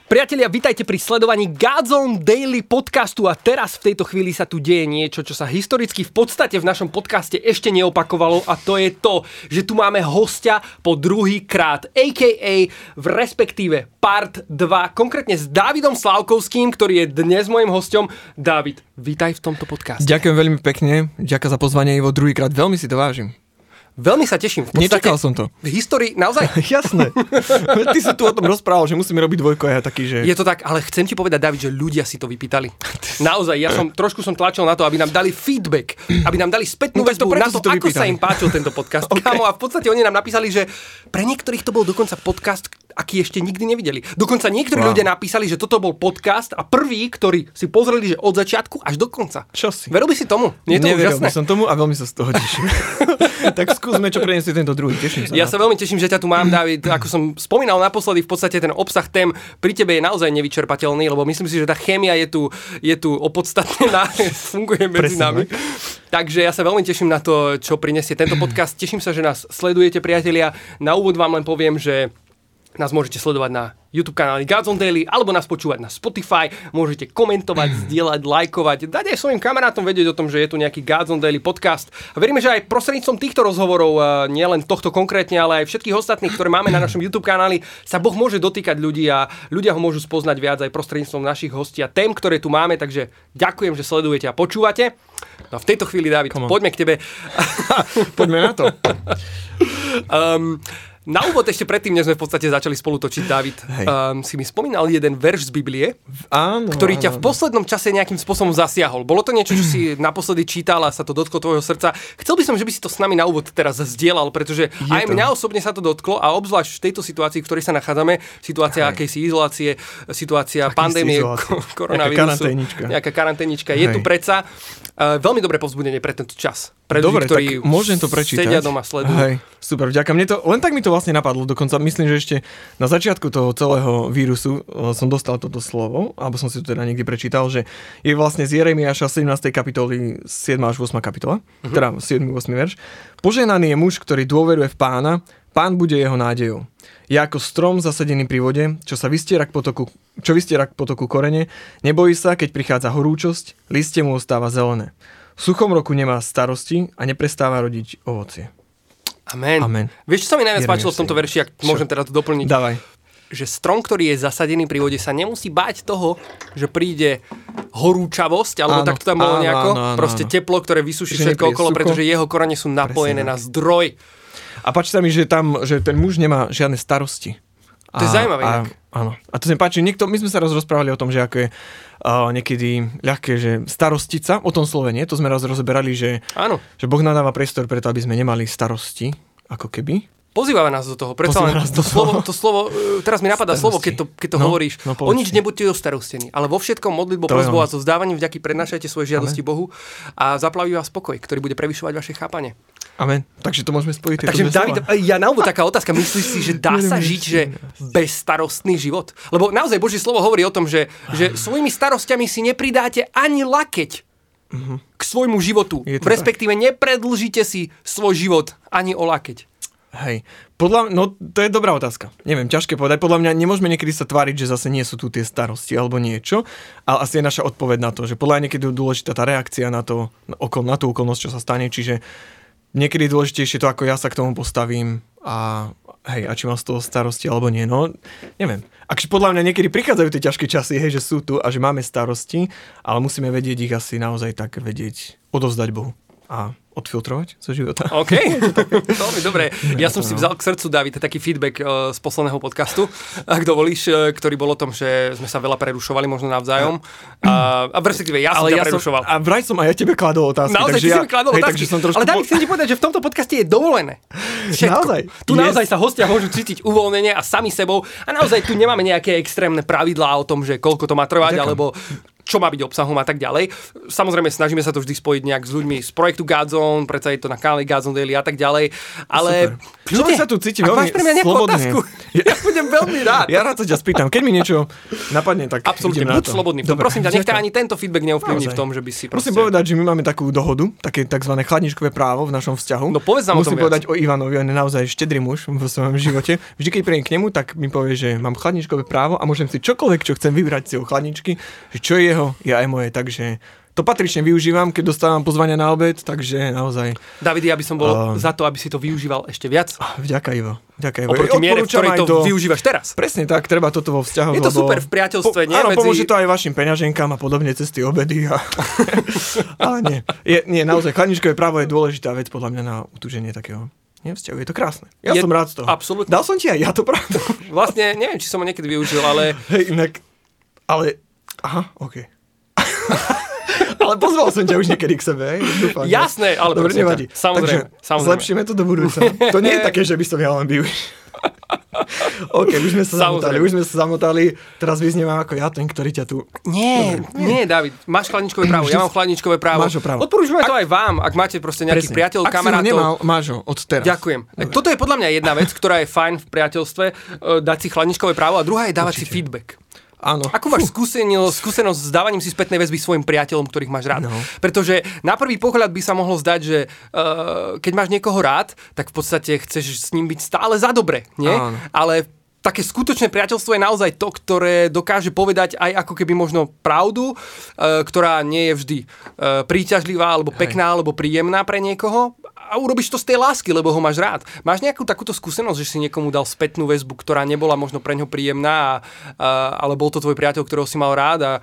Priatelia, vitajte pri sledovaní Godzone Daily podcastu a teraz v tejto chvíli sa tu deje niečo, čo sa historicky v podstate v našom podcaste ešte neopakovalo a to je to, že tu máme hostia po druhý krát, a.k.a. v respektíve part 2, konkrétne s Dávidom Slavkovským, ktorý je dnes mojím hosťom. Dávid, vítaj v tomto podcaste. Ďakujem veľmi pekne, ďakujem za pozvanie Ivo druhýkrát, veľmi si to vážim. Veľmi sa teším. V podstate, nečakal som to. V histórii, naozaj? Jasné. Ty si tu o tom rozprával, že musíme robiť dvojko a ja taký, že... Je to tak, ale chcem ti povedať, David, že ľudia si to vypýtali. Naozaj, ja som trošku tlačil na to, aby nám dali feedback, aby nám dali spätnú väzbu na to, ako sa im páčil tento podcast. Okay. Kámo, a v podstate oni nám napísali, že pre niektorých to bol dokonca podcast, aký ešte nikdy nevideli. Dokonca niektorí ľudia napísali, že toto bol podcast a prví, ktorí si pozreli, že od začiatku až do konca. Čo si? Veril by si tomu? Nie je to Neveril úžasné? by som tomu a veľmi sa z toho teším. Tak skúsme, čo preniesie tento druhý. Teším sa. Ja sa veľmi teším, že ťa tu mám, David. Ako som spomínal naposledy, v podstate ten obsah tém pri tebe je naozaj nevyčerpateľný, lebo myslím si, že tá chémia je tu opodstatnená, funguje medzi nami. Takže ja sa veľmi teším na to, čo prinesie tento podcast. Teším sa, že nás sledujete, priatelia. Na úvod vám len poviem, že nás môžete sledovať na YouTube kanáli Godzone Daily, alebo nás počúvať na Spotify, môžete komentovať, zdieľať, lajkovať, dať aj svojim kamarátom vedieť o tom, že je tu nejaký Godzone Daily podcast. A veríme, že aj prostredníctvom týchto rozhovorov, nielen tohto konkrétne, ale aj všetkých ostatných, ktoré máme na našom YouTube kanáli, sa Boh môže dotýkať ľudí a ľudia ho môžu spoznať viac aj prostredníctvom našich hostí a tém, ktoré tu máme, takže ďakujem, že sledujete a počúvate. No v tejto chvíli, Dávid, poďme k tebe. Poďme na to. Na úvod ešte predtým, než sme v podstate začali spolu točiť, Dávid, si mi spomínal jeden verš z Biblie, ktorý ťa v poslednom čase nejakým spôsobom zasiahol. Bolo to niečo, čo si naposledy čítal a sa to dotklo tvojho srdca. Chcel by som, že by si to s nami na úvod teraz zdieľal, pretože aj mňa osobne sa to dotklo a obzvlášť v tejto situácii, v ktorej sa nachádzame, situácia akejsi izolácie, situácia pandémie koronavírusu, nejaká karanténička, je tu predsa veľmi dobré povzbudenie pre tento čas. Pre ľudí, ktorí môžem to prečítať. Sedia doma, sledujú. Hej, super, vďaka. Len tak mi to vlastne napadlo, dokonca myslím, že ešte na začiatku toho celého vírusu som dostal toto slovo, alebo som si to teda niekde prečítal, že je vlastne z Jeremiáša 17. kapitoly 7. až 8. kapitola, teda 7. 8. verš. Požehnaný je muž, ktorý dôveruje v Pána, Pán bude jeho nádejou. Je ako strom zasadený pri vode, čo vystiera k potoku korene, nebojí sa, keď prichádza horúčosť, listie mu ostáva zelené. V suchom roku nemá starosti a neprestáva rodiť ovocie. Amen. Vieš, čo sa mi najviac páčilo v tomto verši, ak môžem teda to doplniť? Dávaj. Že strom, ktorý je zasadený pri vode, sa nemusí báť toho, že príde horúčavosť, alebo tak to tam bolo nejako, proste teplo, ktoré vysuší všetko okolo, pretože jeho korene sú napojené na zdroj. A páči sa mi, že ten muž nemá žiadne starosti. To je zaujímavé. Áno. A to sa mi páči, my sme sa raz rozprávali o tom, že ako je niekedy ľahké, že starostiť sa, o tom slove, nie? To sme raz rozoberali, že Boh nám dáva priestor preto, aby sme nemali starosti, ako keby. Pozýva nás do toho. Preto len to slovo, teraz mi napadá slovo, keď to hovoríš. O nič nebuďte ostarostení, ale vo všetkom modlitbou, prosbou a so vzdávaním vďaky prednášajte svoje žiadosti Bohu a zaplaví vás pokoj, ktorý bude prevyšovať vaše chápanie. Amen. Takže to môžeme spojiť. Takže David, ja na úvod taká otázka. Myslíš si, že dá sa žiť, že bezstarostný život? Lebo naozaj Božie slovo hovorí o tom, že svojimi starostiami si nepridáte ani lakeť k svojmu životu. Respektíve nepredlžíte si svoj život ani o lakeť. Hej, to je dobrá otázka. Neviem, ťažké povedať. Podľa mňa nemôžeme niekedy sa tváriť, že zase nie sú tu tie starosti alebo niečo, ale asi je naša odpoveď na to, že podľa mňa niekedy je dôležitá tá reakcia na tú okolnosť, čo sa stane, čiže niekedy je dôležitejšie to, ako ja sa k tomu postavím a či mám z toho starosti alebo nie. No, neviem. Akže podľa mňa niekedy prichádzajú tie ťažké časy, že sú tu a že máme starosti, ale musíme vedieť ich asi naozaj tak odovzdať Bohu a odfiltrovať zo života. OK, veľmi dobre. Ja som si vzal k srdcu, David, taký feedback z posledného podcastu, ak dovolíš, ktorý bol o tom, že sme sa veľa prerušovali, možno navzájom. A v respektíve ja som ťa prerušoval. A vraj som aj ja tebe kladol otázky. Naozaj, ty si mi kladol otázky. Ale David, chcem ti povedať, že v tomto podcaste je dovolené všetko. Naozaj? Tu naozaj sa hostia môžu cítiť uvoľnenie a sami sebou. A naozaj tu nemáme nejaké extrémne pravidlá o tom, že koľko to má trvať, alebo čo má byť obsahom a tak ďalej. Samozrejme, snažíme sa to vždy spojiť nejak s ľuďmi z projektu Godzone, predsa je to na kanáli Godzone Daily a tak ďalej. Ale človek sa tu cíti veľmi slobodne. Ja budem veľmi rád. Ja rád sa ťa spýtam, keď mi niečo napadne, tak absolútne, idem na buď to. slobodný. Prosím ťa, nech ťa ani tento feedback neovplyvní v tom, že by si proste... Musím povedať, že my máme takú dohodu, také tzv. Chladničkové právo v našom vzťahu. No povedz nám o tom Musím povedať o Ivanovi, on je naozaj štedrý muž vo svojom živote. Vždy, keď prídem k nemu, tak mi povie, že mám chladničkové právo a môžem si čokoľvek, čo chcem vybrať si o chladničky, že čo je jeho, je aj moje, takže to patrične využívam, keď dostávam pozvania na obed, takže naozaj... David, ja by som bol za to, aby si to využíval ešte viac. Vďaka, Ivo. Oproti miere, v ktorej to využívaš teraz. Presne tak, treba toto vo vzťahu. Je to super v priateľstve, nie? Áno, pomôže to aj vašim peňaženkám a podobne cez tie obedy. Ale nie. Nie, naozaj, chladničkové právo je dôležitá vec podľa mňa na utúženie takého vzťahu. Je to krásne. Ja som rád z toho. Absolútne. Dal som ti aj ja to pravdu. Vlastne, neviem, či som ho niekedy využil, ale... Hej, inak... Ale... Aha, okej. Ale pozval som ťa už niekedy k sebe, hej? Dúfam, jasné, ale dobre, nevadí. Samozrejme. Zlepšíme to do budúca. To nie je také, že by som ja len využil. OK, už sme sa zamotali. Teraz vyznievam ako ja, ten, ktorý ťa tu... Nie, David. Máš chladničkové právo, ja mám chladničkové právo. Máš ho právo. Odporúčame to aj vám, ak máte proste nejakých priateľov, kamarátov. Ak si ho nemal, máš ho od teraz. Ďakujem. Toto je podľa mňa jedna vec, ktorá je fajn v priateľstve, dať si chladničkové právo a druhá je dávať si feedback. Áno. Ako máš skúsenosť s dávaním si spätnej väzby svojim priateľom, ktorých máš rád? No. Pretože na prvý pohľad by sa mohlo zdať, že keď máš niekoho rád, tak v podstate chceš s ním byť stále za dobre, nie? Áno. Ale také skutočné priateľstvo je naozaj to, ktoré dokáže povedať aj ako keby možno pravdu, ktorá nie je vždy príťažlivá, alebo pekná, alebo príjemná pre niekoho. A urobíš to z tej lásky, lebo ho máš rád. Máš nejakú takúto skúsenosť, že si niekomu dal spätnú väzbu, ktorá nebola možno pre ňo príjemná, ale bol to tvoj priateľ, ktorého si mal rád a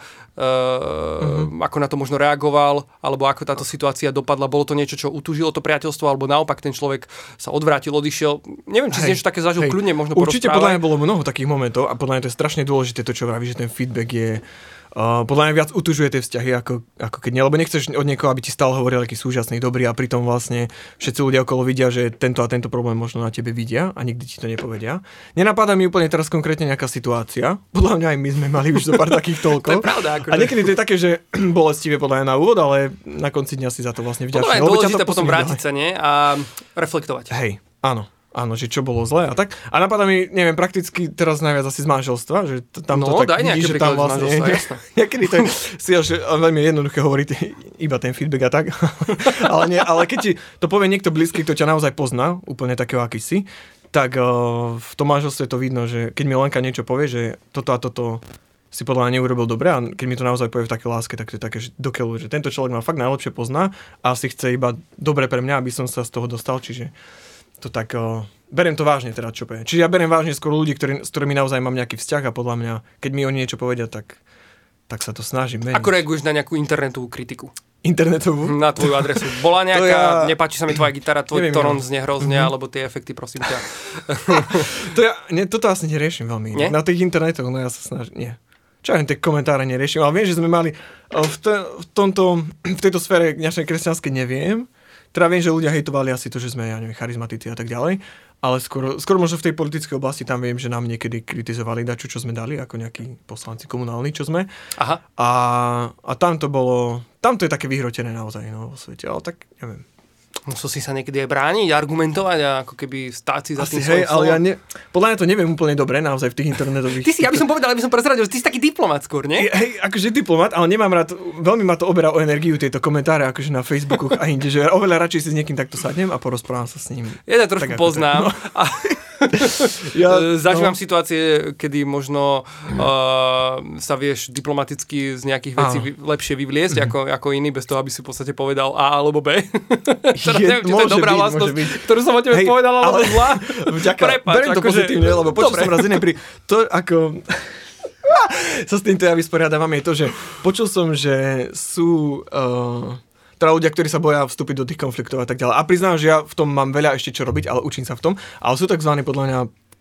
ako na to možno reagoval, alebo ako táto situácia dopadla. Bolo to niečo, čo utužilo to priateľstvo, alebo naopak ten človek sa odvrátil, odišiel. Neviem, či si niečo také zažil, kľudne možno porozprávať. Určite podľa mňa bolo mnoho takých momentov a podľa mňa to je strašne dôležité to, čo vraví, že ten feedback je podľa mňa viac utužuje tie vzťahy, ako keď nie, lebo nechceš od niekoho, aby ti stále hovoril, aký sú úžasný, dobrý a pritom vlastne všetci ľudia okolo vidia, že tento a tento problém možno na tebe vidia a nikdy ti to nepovedia. Nenapadá mi úplne teraz konkrétne nejaká situácia. Podľa mňa aj my sme mali už zo pár takých toľko. To je pravda. Akože... A niekedy to je také, že bolestivé podľa mňa na úvod, ale na konci dňa si za to vlastne vďačný. Podľa mňa je dôležité potom vrátiť sa, nie? A reflektovať. Hej, áno. Áno, že čo bolo zlé a tak. A napadá mi, neviem, prakticky teraz najviac asi z manželstva, že tam to tak vidíš, že tam vlastne... Niekedy to je že veľmi jednoduché hovoriť iba ten feedback a tak. ale keď ti to povie niekto blízky, kto ťa naozaj pozná, úplne takého, aký si, tak v tom manželstve to vidno, že keď mi Lenka niečo povie, že toto a toto si podľa mňa neurobil dobre a keď mi to naozaj povie v takej láske, tak to je také, že dokeľu, že tento človek ma fakt najlepšie pozná a si chce iba dobre pre mňa, aby som sa z toho dostal, čiže to tak, beriem to vážne teda, čo povie. Čiže ja beriem vážne skôr ľudí, s ktorými naozaj mám nejaký vzťah a podľa mňa, keď mi oni niečo povedia, tak sa to snažím meniť. Ako reaguješ na nejakú internetovú kritiku? Internetovú? Na tvoju adresu. Bola nejaká, nepáči sa mi tvoja gitara, tvoj tón znie hrozne, alebo tie efekty, prosím ťa. Toto asi neriešim veľmi. Nie? Na tých internetoch, no ja sa snažím, nie. Čo ja tie komentáre neriešim, ale viem, že sme mali v tejto sfére našej kresťanskej neviem. Teda viem, že ľudia hejtovali asi to, že sme, ja neviem, charizmatici a tak ďalej, ale skôr možno v tej politickej oblasti tam viem, že nám niekedy kritizovali dačo, čo sme dali, ako nejakí poslanci komunálni, čo sme. Aha. A tam to je také vyhrotené naozaj, no, vo svete, ale tak, neviem. Musel si sa niekedy aj brániť, argumentovať a ako keby stáť si za tým svojím slovom. Ale podľa mňa to neviem úplne dobre naozaj v tých internetových... Ja by som povedal, aby som prezradil, že ty si taký diplomat skôr, nie? Hej, akože diplomat, ale nemám rád, veľmi ma to oberá o energiu tieto komentáre akože na Facebooku a inde, že oveľa radšej si s niekým takto sadnem a porozprávam sa s ním. Ja to trošku poznám. Zažívam situácie, kedy možno sa vieš diplomaticky z nejakých vecí lepšie vyvliesť ako iný, bez toho, aby si v podstate povedal A alebo B. Neviem, či to je dobrá vlastnosť, ktorú som o tebe povedal, alebo zlá. Beriem to pozitívne, lebo počul som raz iné to ako... sa s týmto ja vysporiadavam, je to, že počul som, že sú... teda ľudia, ktorí sa boja vstúpiť do tých konfliktov a tak ďalej. A priznám, že ja v tom mám veľa ešte čo robiť, ale učím sa v tom. Ale sú takzvaní podľa mňa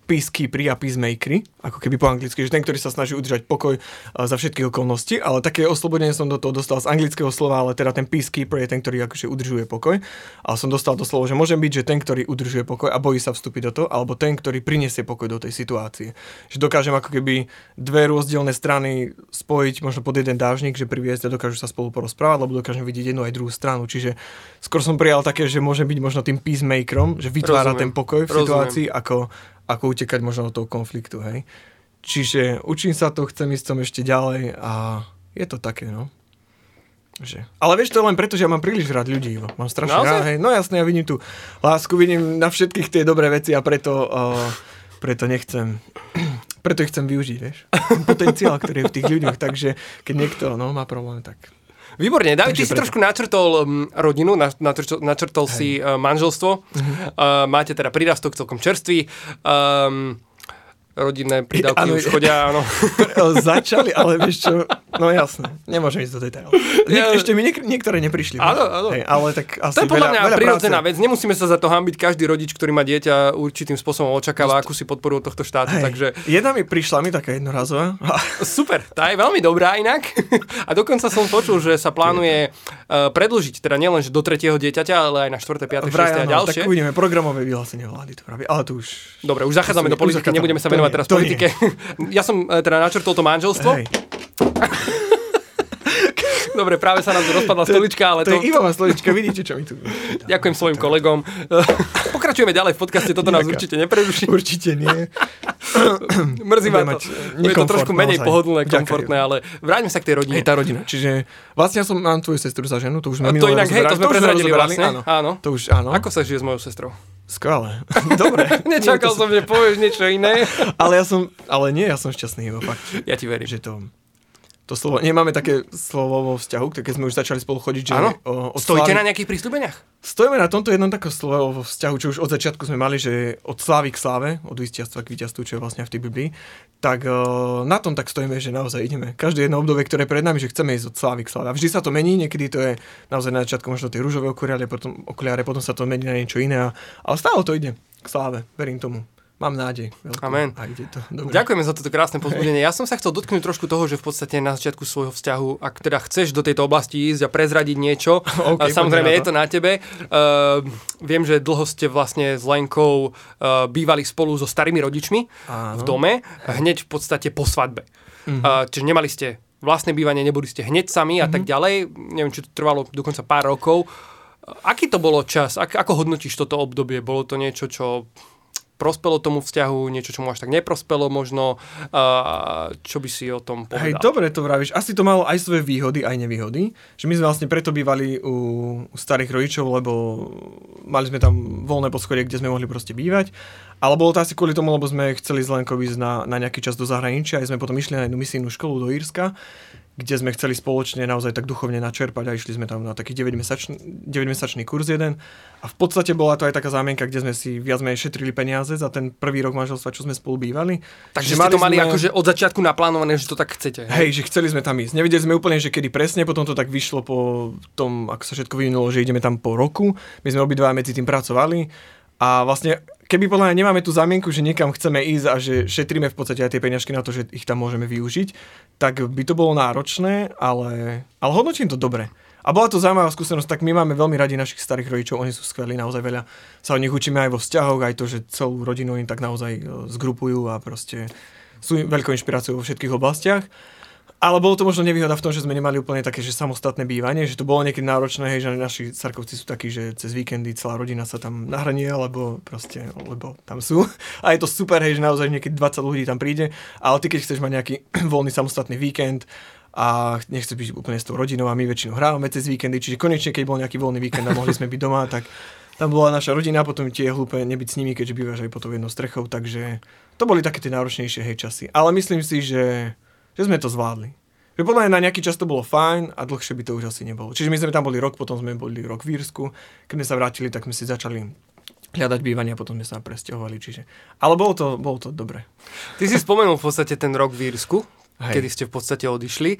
peacekeepery a peacemakery, ako keby po anglicky, že ten, ktorý sa snaží udržať pokoj za všetkých okolností, ale také oslobodenie som do toho dostal z anglického slova, ale teda ten peacekeeper je ten, ktorý akože udržuje pokoj. A som dostal to slovo, že môžem byť, že ten, ktorý udržuje pokoj a bojí sa vstúpiť do toho, alebo ten, ktorý prinesie pokoj do tej situácie. Že dokážem ako keby dve rozdielne strany spojiť možno pod jeden dážnik, že priviesť a dokážu sa spolu porozprávať, lebo dokážem vidieť jednu aj druhú stranu. Čiže skôr som prijal také, že môžem byť možno tým peacemakerom, že vytvára ten pokoj v situácii, ako utekať možno od toho konfliktu, hej. Čiže učím sa to, chcem ísť som ešte ďalej a je to také, no. Že. Ale vieš, to len preto, že ja mám príliš rád ľudí, mám strašne rád, hej. No jasne, ja vidím tú lásku, vidím na všetkých tie dobré veci a preto nechcem, preto ich chcem využiť, vieš. Potenciál, ktorý je v tých ľuďoch, takže keď niekto, má problém, tak... Výborne, David, ty si trošku načrtol rodinu, načrtol si manželstvo. Máte teda prírastok celkom čerstvý. Rodinné prídavky už chodia, áno. Začali, ale vieš čo, no jasné, nemôžem ísť do detailov. Ešte mi niektoré neprišli. Áno. Hej, ale tak asi to je podľa mňa prirodzená vec. Nemusíme sa za to hanbiť. Každý rodič, ktorý má dieťa, určitým spôsobom očakáva akúsi podporu od tohto štátu. Takže... Jedna mi prišla taká jednorazová. Super, tá je veľmi dobrá inak. A dokonca som počul, že sa plánuje predĺžiť, teda nielen do 3. dieťaťa, ale aj na 4., 5., 6. a ďalšie. Tak uvidíme, programové vyhlásenie vlády to praví. Ale to už... Dobre, už zachádzame do politiky, nebudeme sa venovať teraz politike. Ja som teda načrtol to manželstvo. Hej. Dobre, práve sa nám tu rozpadla stolička, ale to je Ivová stolička, vidíte, čo mi tu... Ďakujem svojim kolegom. Pokračujeme ďalej v podcaste, toto nás určite nepreruší. Určite nie. Mrzí ma to. Je to trošku menej pohodlné, komfortné, ale vráťme sa k tej rodine. Hej, tá rodina. Čiže vlastne mám tvoju sestru za ženu, to už sme minulé rozberali. To sme prezradili vlastne. Áno. To už áno. Ako sa žije s mojou sestrou? Skvelé. Dobre. Nečakal som, že povieš niečo iné. Ale ja som šťastný, fakt. Ja ti verím. Že to slovo, nemáme také slovo vo vzťahu, keď sme už začali spolu chodiť, že... Stojíte na nejakých prísľubeniach? Stojíme na tomto jednom takom slovo vo vzťahu, čo už od začiatku sme mali, že od slávy k sláve, od víťazstva k víťazstvu, čo je vlastne v tej Biblii, tak na tom tak stojíme, že naozaj ideme. Každé jedno obdobie, ktoré je pred nami, že chceme ísť od slávy k sláve. A vždy sa to mení, niekedy to je naozaj na začiatku možno tie ružové okuliare, potom sa to mení na niečo iné, ale stále to ide k sláve, verím tomu. Mám nádej. Amen. A ide to. Dobre. Ďakujeme za toto krásne povzbudenie. Ja som sa chcel dotknúť trošku toho, že v podstate na začiatku svojho vzťahu, ak teda chceš do tejto oblasti ísť a prezradiť niečo, samozrejme je to na tebe. Viem, že dlho ste vlastne s Lenkou bývali spolu so starými rodičmi v dome, hneď v podstate po svadbe. Čiže nemali ste vlastné bývanie, neboli ste hneď sami a tak ďalej. Neviem, či to trvalo dokonca pár rokov. Aký to bolo čas? Ako hodnotíš toto obdobie? Bolo to niečo, čo prospelo tomu vzťahu, niečo, čo mu až tak neprospelo možno, čo by si o tom povedal? Hej, dobre to vravíš. Asi to malo aj svoje výhody, aj nevýhody. Že my sme vlastne preto bývali u starých rodičov, lebo mali sme tam voľné poschodie, kde sme mohli proste bývať. Ale bolo to asi kvôli tomu, lebo sme chceli s Lenkou ísť na nejaký čas do zahraničia a sme potom išli na jednu misijnú školu do Írska, kde sme chceli spoločne naozaj tak duchovne načerpať a išli sme tam na taký 9-mesačný kurz jeden. A v podstate bola to aj taká zámienka, kde sme si viac menej šetrili peniaze za ten prvý rok manželstva, čo sme spolu bývali. Takže ste to mali akože od začiatku naplánované, že to tak chcete. Hej, že chceli sme tam ísť. Nevedeli sme úplne, že kedy presne, potom to tak vyšlo po tom, ako sa všetko vyvinulo, že ideme tam po roku. My sme obidva medzi tým pracovali a vlastne keby podľa mňa nemáme tú zámienku, že niekam chceme ísť a že šetríme v podstate aj tie peňažky na to, že ich tam môžeme využiť, tak by to bolo náročné, ale hodnotím to dobre. A bola to zaujímavá skúsenosť, tak my máme veľmi radi našich starých rodičov, oni sú skvelí, naozaj veľa sa od nich učíme aj vo vzťahoch, aj to, že celú rodinu im tak naozaj zgrupujú a proste sú veľkou inšpiráciou vo všetkých oblastiach. Ale bolo to možno nevýhoda v tom, že sme nemali úplne také, že samostatné bývanie, že to bolo niekedy náročné, hej, že naši Sarkovci sú takí, že cez víkendy celá rodina sa tam nahrnie, lebo tam sú. A je to super, hej, že naozaj niekedy 20 ľudí tam príde, ale ty keď chceš mať nejaký voľný samostatný víkend a nechceš byť úplne s tou rodinou a my väčšinou hrávame cez víkendy, čiže konečne keď bol nejaký voľný víkend a mohli sme byť doma, tak tam bola naša rodina, potom ti je hlúpe nebyť s nimi, keďže bývaš aj pod jednou strechou, takže to boli také tie náročnejšie časy. Ale myslím si, že sme to zvládli. Že podľa mňa na nejaký čas to bolo fajn a dlhšie by to už asi nebolo. Čiže my sme tam boli rok, potom sme boli rok v Írsku. Keď sme sa vrátili, tak sme si začali hľadať bývanie a potom sme sa presťahovali. Ale bolo to dobré. Ty si spomenul v podstate ten rok v Írsku. kedy ste v podstate odišli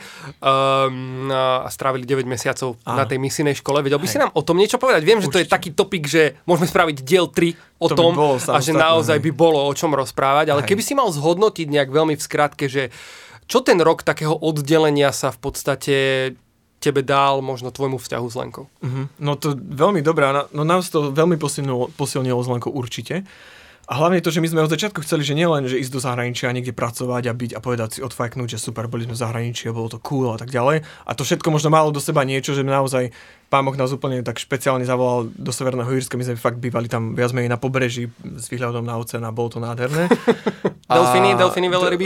a strávili 9 mesiacov na tej misijnej škole. Vedel by si nám o tom niečo povedať? Viem, že to je taký topik, že môžeme spraviť diel 3 o tom a že naozaj by bolo o čom rozprávať, ale keby si mal zhodnotiť nejak veľmi v skratke, že čo ten rok takého oddelenia sa v podstate tebe dal, možno tvojmu vzťahu s Lenkou? No to veľmi dobré, no nás to veľmi posilnilo s Lenkou určite. A hlavne to, že my sme od začiatku chceli, že nielen, že ísť do zahraničia a niekde pracovať a byť a povedať si, odfajknúť, že super, boli sme v zahraničí a bolo to cool a tak ďalej. A to všetko možno malo do seba niečo, že naozaj Pán Boh nás úplne tak špeciálne zavolal do Severného Írska. My sme fakt bývali tam viac menej na pobreží s výhľadom na oceán a bolo to nádherné. Delfíny, veľryby?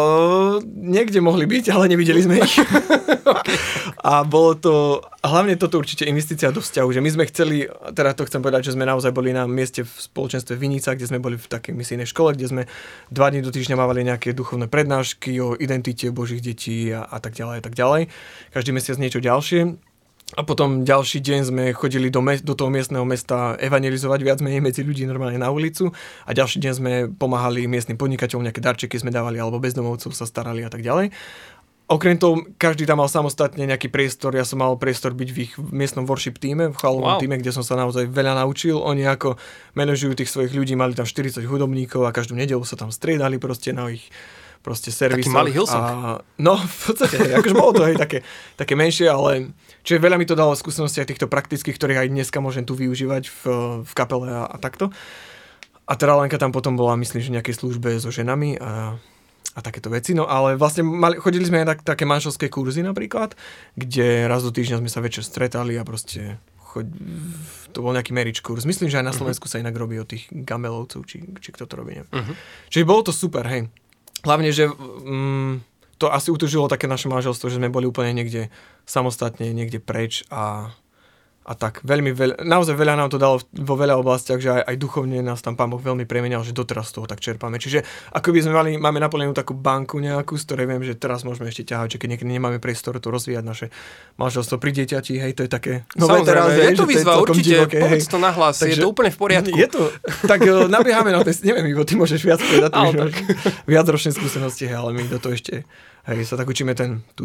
Niekde mohli byť, ale nevideli sme ich. Okay. A bolo to, hlavne toto určite investícia do vzťahu, že my sme chceli, teda to chcem povedať, že sme naozaj boli na mieste v spoločenstve Vinica, kde sme boli v takej misijnej škole, kde sme 2 dní do týždňa mávali nejaké duchovné prednášky o identite Božích detí a tak ďalej a tak ďalej. Každý mesiac niečo ďalšie. A potom ďalší deň sme chodili do toho miestneho mesta evangelizovať viac menej medzi ľudí normálne na ulicu a ďalší deň sme pomáhali miestnym podnikateľom, nejaké darčeky sme dávali alebo bezdomovcov sa starali a tak ďalej. Okrem toho, každý tam mal samostatne nejaký priestor, ja som mal priestor byť v ich miestnom worship týme, v chválovom týme, kde som sa naozaj veľa naučil. Oni ako manažujú tých svojich ľudí, mali tam 40 hudobníkov a každú nedeľu sa tam striedali proste na ich servisoch. Taký malý Hillsong. No, v podstate, akože bolo to také menšie, ale čiže veľa mi to dalo skúsenosti aj týchto praktických, ktorých aj dneska môžem tu využívať v kapele a takto. A teda Lenka tam potom bola, myslím, že v nejakej službe so ženami a takéto veci. No ale vlastne chodili sme aj také manželské kurzy napríklad, kde raz do týždňa sme sa večer stretali a proste to bol nejaký marriage kurz. Myslím, že aj na Slovensku sa inak robí od tých gamelovcov, či kto to robí, neviem. Čiže bolo to super, hej. Hlavne, že to asi utužilo také naše manželstvo, že sme boli úplne niekde samostatne, niekde preč a tak naozaj veľa nám to dalo vo veľa oblastiach, že aj duchovne nás tam Pán Boh veľmi premenial, že doteraz z toho tak čerpáme. Čiže ako by sme máme naplnenú takú banku nejakú, z ktorej viem, že teraz môžeme ešte ťahať, že keď niekedy nemáme priestor to rozvíjať naše manželstvo pri dieťati, hej, to je také nové teraz, je to výzva, určite, divoké, povedz to nahlas, je to úplne v poriadku. Je to, tak nabiehame na ten, neviem, Ivo, ty môžeš viac povedať, ty máš viac ročné skúsenosti, ale my do toho ešte, hej, sa tak učíme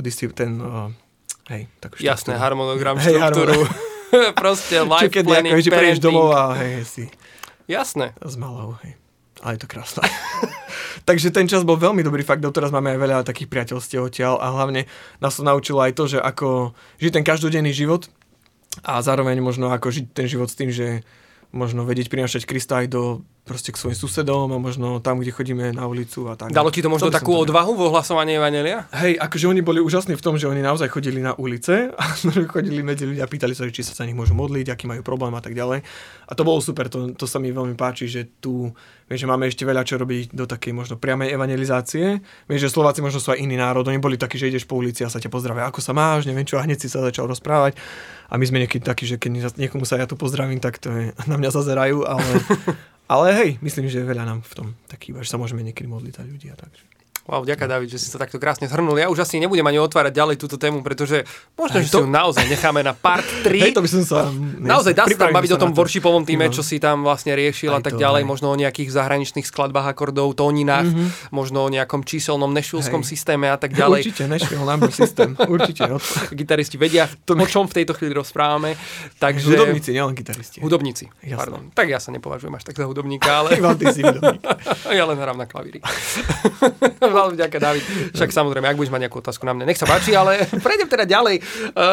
jasné, harmonogram, štruktúru. Proste life planning, parenting. Čiže prídeš domov a hej, si... Jasné. S malou, hej. Ale je to krásne. Takže ten čas bol veľmi dobrý, fakt doteraz máme aj veľa takých priateľstiev odtiaľ a hlavne nás to naučilo aj to, že ako žiť ten každodenný život a zároveň možno ako žiť ten život s tým, že možno vedieť prinášať Krista aj proste k svojim susedom a možno tam, kde chodíme na ulicu a tak. Dalo ti to možno takú odvahu vo ohlasovaní evanjelia? Hej, akože oni boli úžasní v tom, že oni naozaj chodili na ulice a chodili medzi ľudia a pýtali sa, či sa za nich môžu modliť, aký majú problém a tak ďalej. A to bolo super, to sa mi veľmi páči, že tu, vieš, že máme ešte veľa čo robiť do takej možno priamej evangelizácie. Vieš, že Slováci možno sú aj iný národ, oni boli takí, že ideš po ulici a sa ťa pozdravia, ako sa máš, neviem čo, a hneď si sa začal rozprávať. A my sme niekedy takí, že keď niekomu sa ja tu pozdravím, tak to je, na mňa zazerajú, ale hej, myslím, že veľa nám v tom tak chýba, že sa môžeme niekedy modliť za ľudí a tak. Wow, ďakujem, David, že si to takto krásne zhrnul. Ja už asi nebudem ani otvárať ďalej túto tému, pretože možno, že si ju naozaj necháme na part 3. Hej, to by som sa... Naozaj dá sa tam baviť o tom worshipovom týme, čo si tam vlastne riešil a tak ďalej. Možno o nejakých zahraničných skladbách akordov, tóninách, možno o nejakom číselnom nešvilskom systéme a tak ďalej. Určite, nešvil number systém. Určite. Gitaristi vedia, o čom v tejto chvíli rozprávame. Takže... Hudobníci, nielen gitaristi. Hudobníci. Pardon. Tak ja sa nepovažujem až tak za hudobníka, ale... Ty si hudobník. Ja len hrám na klavíri. Veľmi ďakujem, David. Však samozrejme, ak budeš mať nejakú otázku na mňa, nech sa páči, ale prejdem teda ďalej.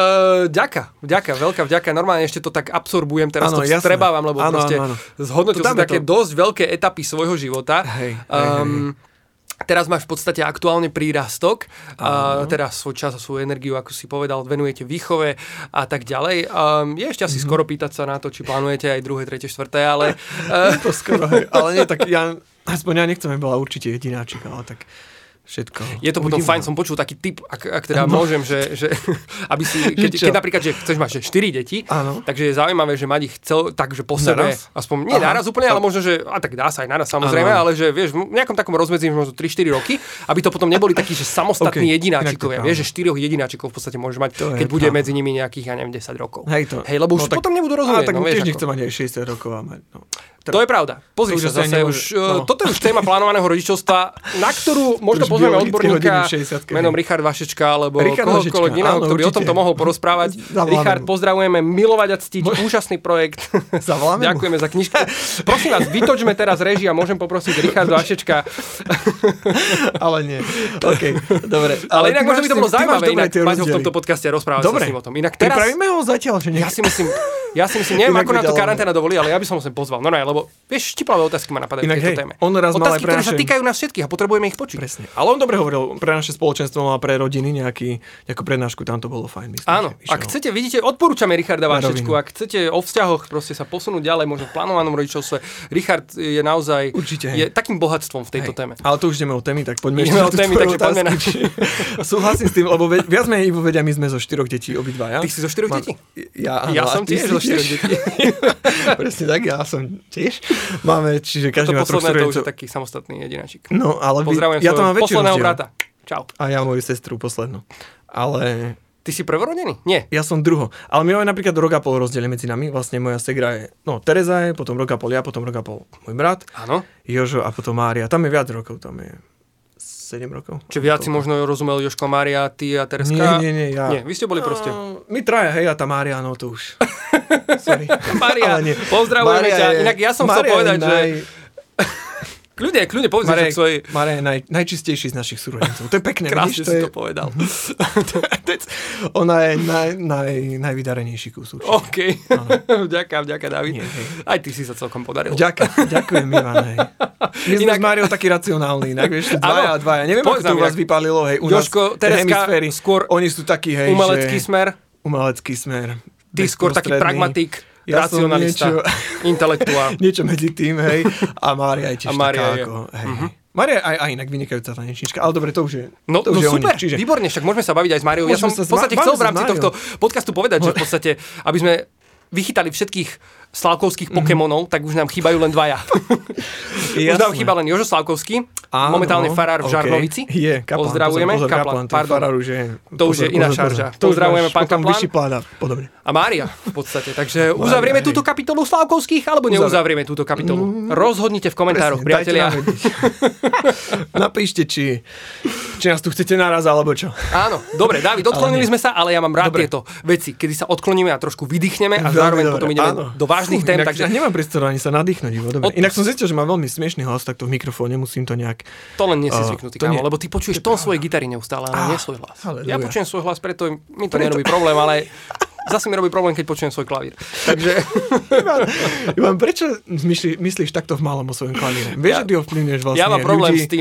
Veľká vďaka. Normálne ešte to tak absorbujem, teraz to strebávam, lebo proste zhodnotil si také dosť veľké etapy svojho života. Teraz máš v podstate aktuálne prírastok, teraz svoj čas a svoju energiu, ako si povedal, venujete výchove a tak ďalej. Je ešte asi skoro pýtať sa na to, či plánujete aj 2., 3., 4., ale... To skoro, ale nie, tak aspoň ja nechcem, aby bola určite jedináčik, ale tak... Všetko. Je to potom fajn, som počul taký tip, ak teda môžem, že aby si, keď napríklad, že chceš mať 4 deti, takže je zaujímavé, že mať ich takže po sebe, aspoň nie naraz úplne, ale možno, že, a tak dá sa aj naraz samozrejme, ale že vieš, v nejakom takom rozmedzi možno 3-4 roky, aby to potom neboli takí, že samostatní jedináčikovia, vieš, že 4 jedináčikov v podstate môžeš mať, keď bude medzi nimi nejakých, ja neviem, 10 rokov. Hej, lebo už potom nebudú rozumieť. Tak tiež nechcem mať aj 60 rokov a mať, To je pravda. Pozri sa zase toto je už téma plánovaného rodičovstva, na ktorú možno pozveme odborníka menom Richard Vašečka, alebo kohokoľvek iného, kto by o tomto mohol porozprávať. Richard, pozdravujeme, milovať a ctiť, úžasný projekt. Ďakujeme za knižku. Prosím vás, vytočme teraz režia, môžem poprosiť Richarda Vašečka. Ale nie. OK, dobre. Ale inak možno by to bolo zaujímavé mať ho v tomto podcaste a rozprávať sa s ním o tom. Inak teraz pripravíme ho zatiaľ, že nie. Ja si myslím, neviem, ako nám to karanténa dovolí, ale ja by som ho sem pozval. No ne, lebo vieš, štiplavé otázky ma napadajú v tejto téme. Otázky, ktoré sa týkajú nás všetkých a potrebujeme ich počuť. Presne. Ale on dobre hovoril pre naše spoločenstvo a pre rodiny nejakú prednášku, tam to bolo fajn. Myslím, áno, ak chcete, vidíte, odporúčame Richarda Vašečku, ak chcete o vzťahoch proste sa posunúť ďalej, možno v plánovanom rodičovstve. Richard je naozaj takým bohatstvom v tejto téme. Ale to už ideme o témy, tak poďme na Súhlasím s tým, lebo viac menej Ivo vedia, my sme zo 4 detí obidvaja. Ty si zo 4 detí? Ja som tiež zo 4 detí. Presne tak, ja som tiež. Máme, čiže každý má troch súrodencov. To už je taký samostatný jedinačík. No, ale pozdravujem ja to mám väčší posledného rozdiel. brata. Čau. A ja moju sestru poslednú. Ale ty si prvorodený? Nie. Ja som druho. Ale my máme napríklad rok a pol rozdiel medzi nami. Vlastne moja segra je, Tereza je, potom rok a pol ja, potom rok a pol môj brat. Áno. Jožo a potom Mária. Tam je viac rokov, tam je 7 rokov. Čiže viac si možno rozumel Jožko, Mária, ty a Tereska? Nie, ja. Nie, vy ste boli proste. My traja, hej, a tá Mária, no to už. Sorry. Mária, pozdravujeme ťa. Inak ja som chcel povedať, že Kľudne povedz však svojej. Mária je najčistejší z našich súrodencov. To je pekné. Krásne si to povedal. Ona je najvydarenejší kus určite. OK. Ďakujem, David. Aj ty si sa celkom podaril. Ďakujem, Ivan. Hej. My sme s Máriou taký racionálny, inak vieš, dvaja. Neviem, ako to u vás vypálilo, hej. U nás Tereska, skôr oni sú takí, hej, umelecký smer. Ty skôr taký pragmatik. Racionalista, intelektuál. Niečo medzi tým, hej. A Mária je tiež taká ako, hej. Mária je aj inak vynikajúca tanečnička, ale dobre, to už je No super, výborne, však môžeme sa baviť aj s Máriou. Ja som v podstate chcel v rámci tohto podcastu povedať, že v podstate, aby sme vychytali všetkých Slávkovských Pokémonov, tak už nám chýbajú len dvaja. Už nám chýba len Jožo Slávkovský, momentálne farár v Žarnovici. Je, kaplan. Pozdravujeme, kaplan. Farár už je. To už je iná šarža. Pozdravujeme, pán kaplan. Podobne. A Mária v podstate. Takže uzavrieme túto kapitolu Slávkovských, alebo neuzavrieme túto kapitolu? Rozhodnite v komentároch, priatelia. Napíšte, či nás tu chcete naraz, alebo čo. Áno, dobre, Dávid, odklonili sme sa, ale ja mám rád tieto veci, kedy sa odkloníme a trošku vydýchneme a zároveň potom ideme do vážnych tém. Takže ja nemám priestor ani sa nadýchnuť. Inak som zistil, že mám veľmi smiešný hlas takto v mikrofóne, musím to nejak. To len nie si zvyknutý, kámo, lebo ty počuješ tón svojej gitary neustále, ale nie svoj hlas. Ja počujem svoj hlas, preto mi to nerobí problém, ale zase mi robí problém, keď počujem svoj klavír. Takže Ivan, prečo myslíš takto v malom o svojom klavíre? Vieš, že ty ovplyvňuješ vlastne ja mám problém ľudí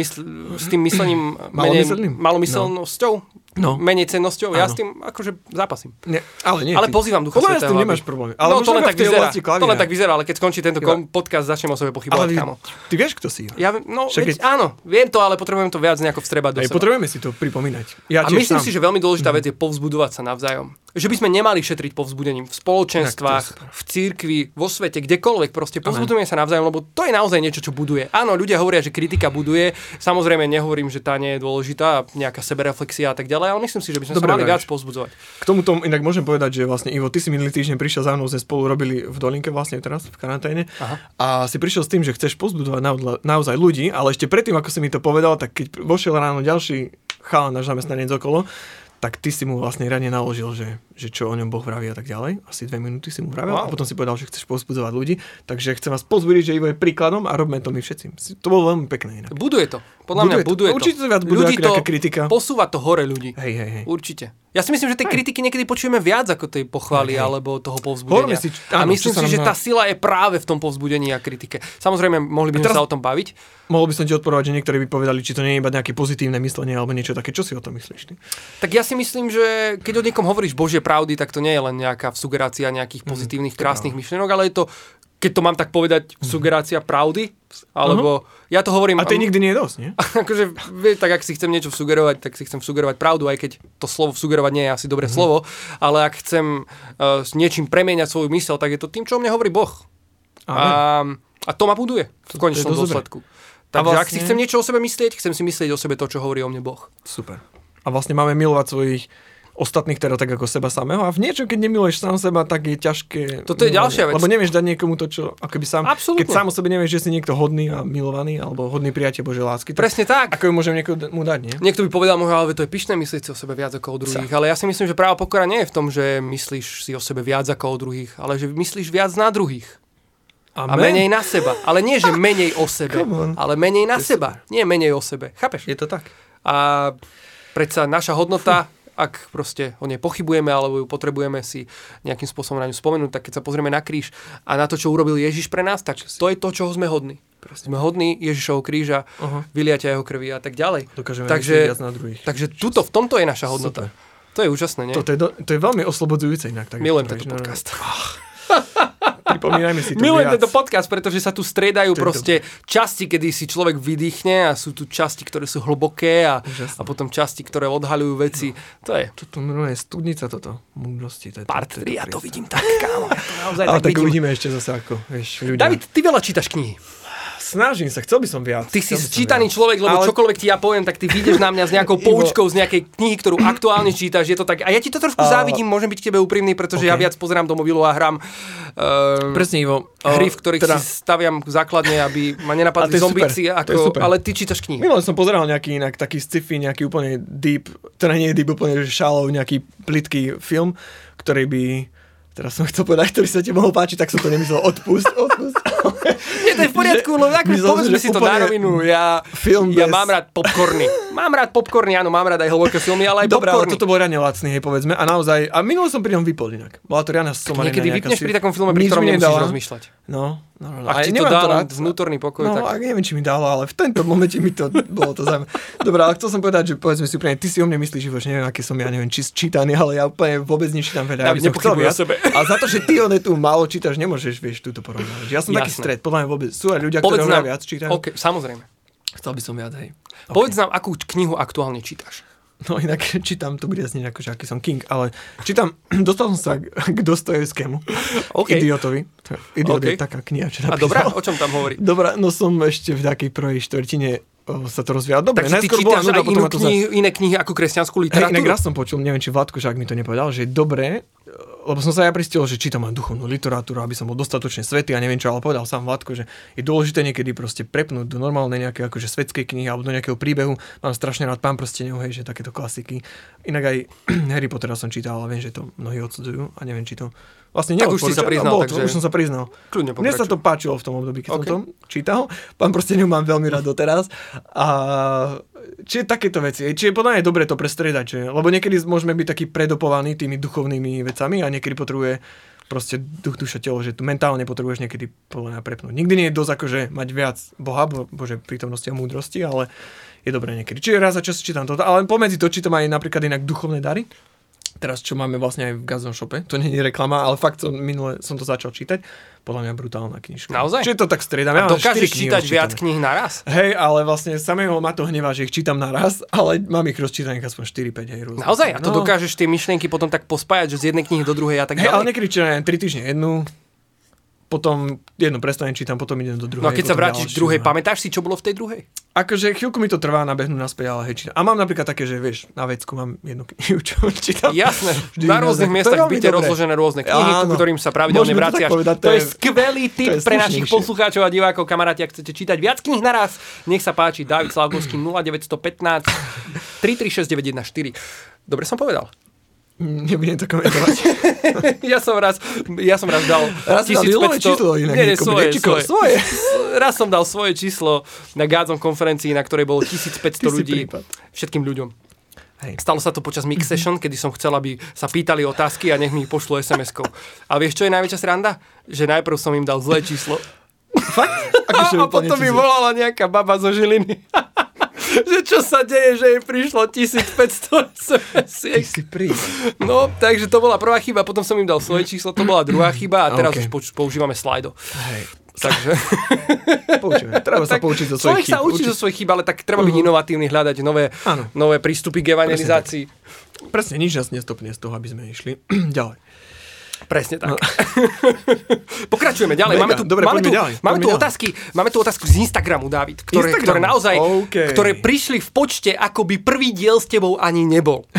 s tým myslením malomyselnosťou. Menej cennosťou. Ja s tým akože zápasím. Ale pozývam Ducha Svätého. Ja s tým nemáš problém. Ale to len tak vyzerá. To len tak vyzerá, ale keď skončí tento podcast, začnem o sebe pochybovať, kámo. Ty vieš, kto si? Áno, viem to, ale potrebujem to viac nejako vstrebať do seba. Potrebujeme si to pripomínať. A myslím si, že veľmi dôležitá vec je povzbudovať sa navzájom. Že by sme nemali šetriť povzbudením v spoločenstvách, v cirkvi, vo svete, kdekoľvek. Proste povzbudujeme sa navzájom, lebo to je naozaj niečo, čo buduje. Áno, ľudia hovoria, že kritika buduje. Samozrejme nehovorím, že tá nie je dôležitá, nejaká sebereflexia a tak ďalej, ale myslím si, že by sme sa mali viac povzbudzovať. K tomuto inak môžem povedať, že vlastne Ivo, ty si minulý týždeň prišiel za mnou, sme spolu robili v Dolinke vlastne teraz v karanténe. A si prišiel s tým, že chceš povzbudzovať naozaj ľudí, ale ešte predtým, ako si mi to povedal, tak keď vošiel ráno ďalší chalan, náš zamestnanec okolo, tak ty si mu vlastne riadne naložil, že čo o ňom Boh vraví a tak ďalej. Asi 2 minúty si mu vravil a potom si povedal, že chceš povzbudzovať ľudí. Takže chcem vás povzbudiť, že Ivo je príkladom a robíme to my všetci. To bolo veľmi pekné inak. Buduje to. Podľa mňa buduje to. Určite to viac buduje ako nejaká kritika. Posúva to hore ľudí. Hej. Určite. Ja si myslím, že tej kritiky niekedy počujeme viac ako tej pochvály alebo toho povzbudenia. A myslím si, že tá sila je práve v tom povzbudení a kritike. Samozrejme, mohli by sme sa o tom baviť. Mohol by som ti odporovať, že niektorí by povedali, či to nie je iba nejaké pozitívne myslenie alebo niečo také. Čo si o tom myslíš ty? Tak ja si myslím, že keď o niekom hovoríš Božie pravdy, tak to nie je len nejaká sugerácia nejakých pozitívnych, krásnych myšlienok, ale je to, keď to mám tak povedať, sugerácia pravdy, alebo ja to hovorím. A to nikdy nie je dosť, nie? Akože, tak ak si chcem niečo sugerovať, tak si chcem sugerovať pravdu, aj keď to slovo sugerovať nie je asi dobré slovo, ale ak chcem s niečím premieňať svoju myseľ, tak je to tým, čo o mne hovorí Boh. A to ma buduje v konečnom dôsledku. Takže vlastne, ak si chcem niečo o sebe myslieť, chcem si myslieť o sebe to, čo hovorí o mne Boh. Super. A vlastne máme milovať svojich ostatných teda tak ako seba samého a v niečom, keď nemiluješ sám seba, tak je ťažké. Toto je ďalšia vec. Lebo nevieš dať niekomu to, čo akoby sám. Absolutne. Keď sám o sebe nevieš, že si niekto hodný a milovaný alebo hodný priateľ Božej lásky. Presne tak. Ako ju môžem niekomu dať, nie? Niekto by povedal, ale to je pyšné myslieť si o sebe viac ako o druhých, ale ja si myslím, že práva pokora nie je v tom, že myslíš si o sebe viac ako o druhých, ale že myslíš viac na druhých. A menej na seba. Ale nie, že menej o sebe, ale menej na seba. Nie menej o sebe. Chápeš? Je to tak. A predsa naša hodnota, ak proste o nej pochybujeme alebo ju potrebujeme si nejakým spôsobom na ňu spomenúť, tak keď sa pozrieme na kríž a na to, čo urobil Ježiš pre nás, tak to je to, čoho sme hodní. Sme hodní Ježišovho kríža, vyliatia jeho krvi a tak ďalej. Dokážeme viac na druhých. Takže v tomto je naša hodnota. Super. To je úžasné, nie? To je veľmi oslobodzujúce inak. Tak milujem tento podcast. Pripomínajme si to milujem viac. tento podcast, pretože sa tu striedajú proste časti, kedy si človek vydýchne a sú tu časti, ktoré sú hlboké a potom časti, ktoré odhaľujú veci. To je. Toto je studnica toto. Múdrosti. Part 3, ja to vidím tak, kámo. Ja to naozaj ale tak vidím. Uvidíme ešte zase ako, vieš, ľudia. David, ty veľa čítaš knihy. Snažím sa, chcel by som viac. Ty si sčítaný človek, lebo čokoľvek ti ja poviem, tak ty vyjdeš na mňa s nejakou poučkou z nejakej knihy, ktorú aktuálne čítaš. Je to tak. A ja ti to trošku závidím, môžem byť k tebe úprimný, pretože ja viac pozerám do mobilu a hrám presne, Ivo. Hry, v ktorých si staviam základne, aby ma nenapadli zombíci, ale ty čítaš knihy. Minule som pozeral nejaký inak taký sci-fi, nejaký úplne deep, teda nie je deep, úplne šálov, nejaký plitký film, ktorý by teraz som chcel povedať, ktorý sa ti mohol páčiť, tak som to nemyslel. Odpust. Nie, to je v poriadku, lebo povedzme si to na rovinu. Ja mám rád popcorny. Mám rád popcorny, áno, mám rád aj hlboké filmy, ale aj dobre, popcorny. Ale toto bol riadne lacný, hej, povedzme. A naozaj, a minule som pri ňom vypol inak. Bola to riadna somarina. Niekedy vypneš pri takom filme, pri ktorom nemusíš rozmýšľať. No. Ak ti to dá vnútorný pokoj, tak... No, ak neviem, či mi dalo, ale v tento momente mi to bolo to zaujímavé. Dobre, ale chcel som povedať, že povedzme si úplne, ty si o mne myslíš, že neviem, aký som ja, neviem, či čítaný, ale ja úplne vôbec nečítam veľa. Ja nepochybujem o sebe. A za to, že ty tu málo čítaš, nemôžeš, vieš, túto porovnávať. Ja som taký stred, podľa mňa vôbec. Sú aj ľudia, ktorí viac čítajú. OK, samozrejme. Chcel by som viac, hej. Povedz nám, akú knihu aktuálne čítaš. No inak čítam, to bude znieť ako, že aký som king, ale čítam, dostal som sa k Dostojevskému, Idiotovi. Idiot je taká kniha, čo napísal. A dobrá, o čom tam hovorí? Dobrá, no som ešte v takej prvej štvrtine sa to rozvíjalo. Dobre, takže ty čítaš aj iné knihy ako kresťanskú literatúru? Inak raz som počul, neviem, či Vládko Žák mi to nepovedal, že je dobré, lebo som sa ja pristihol, že čítam aj duchovnú literatúru, aby som bol dostatočne svätý a neviem čo, ale povedal sám Vládko, že je dôležité niekedy proste prepnúť do normálnej nejakej akože svetskej knihy alebo do nejakého príbehu. Mám strašne rád Pán prstenov, hej, že takéto klasiky. Inak aj Harry Pottera som čítal, ale viem, že to mnohí odsudzujú a neviem, či to vlastne tak už si sa priznal, takže... už som sa priznal. Kľudne pokračuj. Mne sa to páčilo v tom období, keď som to čítal. Pán prstenov mám veľmi rád doteraz. A čiže takéto veci. Čiže podľa mňa je dobre to prestriedať, že? Lebo niekedy môžeme byť takí predopovaní tými duchovnými vecami a niekedy potrebuje proste duch, duša, telo, že tu mentálne potrebuješ niekedy podľa mňa prepnúť. Nikdy nie je dosť akože mať viac Boha, Bože prítomnosti a múdrosti, ale je dobré niekedy. Čiže raz za čas čítam toto, ale pomedzi to čítam aj napríklad inak duchovné dary. Teraz, čo máme vlastne aj v Gazon shope, to nie je reklama, ale fakt minule som to začal čítať. Podľa mňa brutálna knižka. Naozaj? Čiže to tak striedam. A dokážeš čítať viac kníh naraz? Hej, ale vlastne samého ma to hnevá, že ich čítam naraz, ale mám ich rozčítaných aspoň 4-5 hej, rôzne. Naozaj? A to dokážeš tie myšlienky potom tak pospájať, že z jednej knihy do druhej a tak ďalej? Hej, ale niekedy čítam 3 týždne jednu, potom jednu prestanem čítam, potom idem do druhej. No a keď sa vrátiš k druhej, pamätáš si, čo bolo v tej druhej? Akože chvíľku mi to trvá nabehnúť naspäť, ale hej, čítam. A mám napríklad také, že vieš, na vecku mám jednu knihu, čo čítam. Jasné, na rôznych miestach v byte rozložené rôzne knihy, ku ktorým sa pravidelne vraciaš. To je skvelý tip pre našich poslucháčov a divákov, kamaráti, ak chcete čítať viac kníh naraz. Nech sa páči, Dávid Slavkovský 0915 336 914. Dobre som povedal. Nebudem to komentovať. ja som raz dal 1500 číslo inak. Nie, svoje. Raz som dal svoje číslo na Gádzom konferencii, na ktorej bolo 1500 ľudí. Všetkým ľuďom. Hej. Stalo sa to počas mix session, kedy som chcel, aby sa pýtali otázky a nech mi pošlu SMS-kou. A vieš, čo je najväčšia sranda? Že najprv som im dal zlé číslo. Fakt? A potom mi volala nejaká baba zo Žiliny. Že čo sa deje, že jej prišlo 1500 SMS-iek. No, takže to bola prvá chyba, potom som im dal svoje číslo, to bola druhá chyba a teraz už používame Slido. Hej. Takže... Treba sa poučiť zo svojich chyb. Človek sa učí zo svojich chyb, ale tak treba byť inovatívny, hľadať nové prístupy k evangelizácii. Presne, nič nás nestopne z toho, aby sme išli ďalej. Presne tak. No. Pokračujeme ďalej. Máme tu otázky z Instagramu, Dávid, ktoré naozaj ktoré prišli v počte, ako by prvý diel s tebou ani nebol.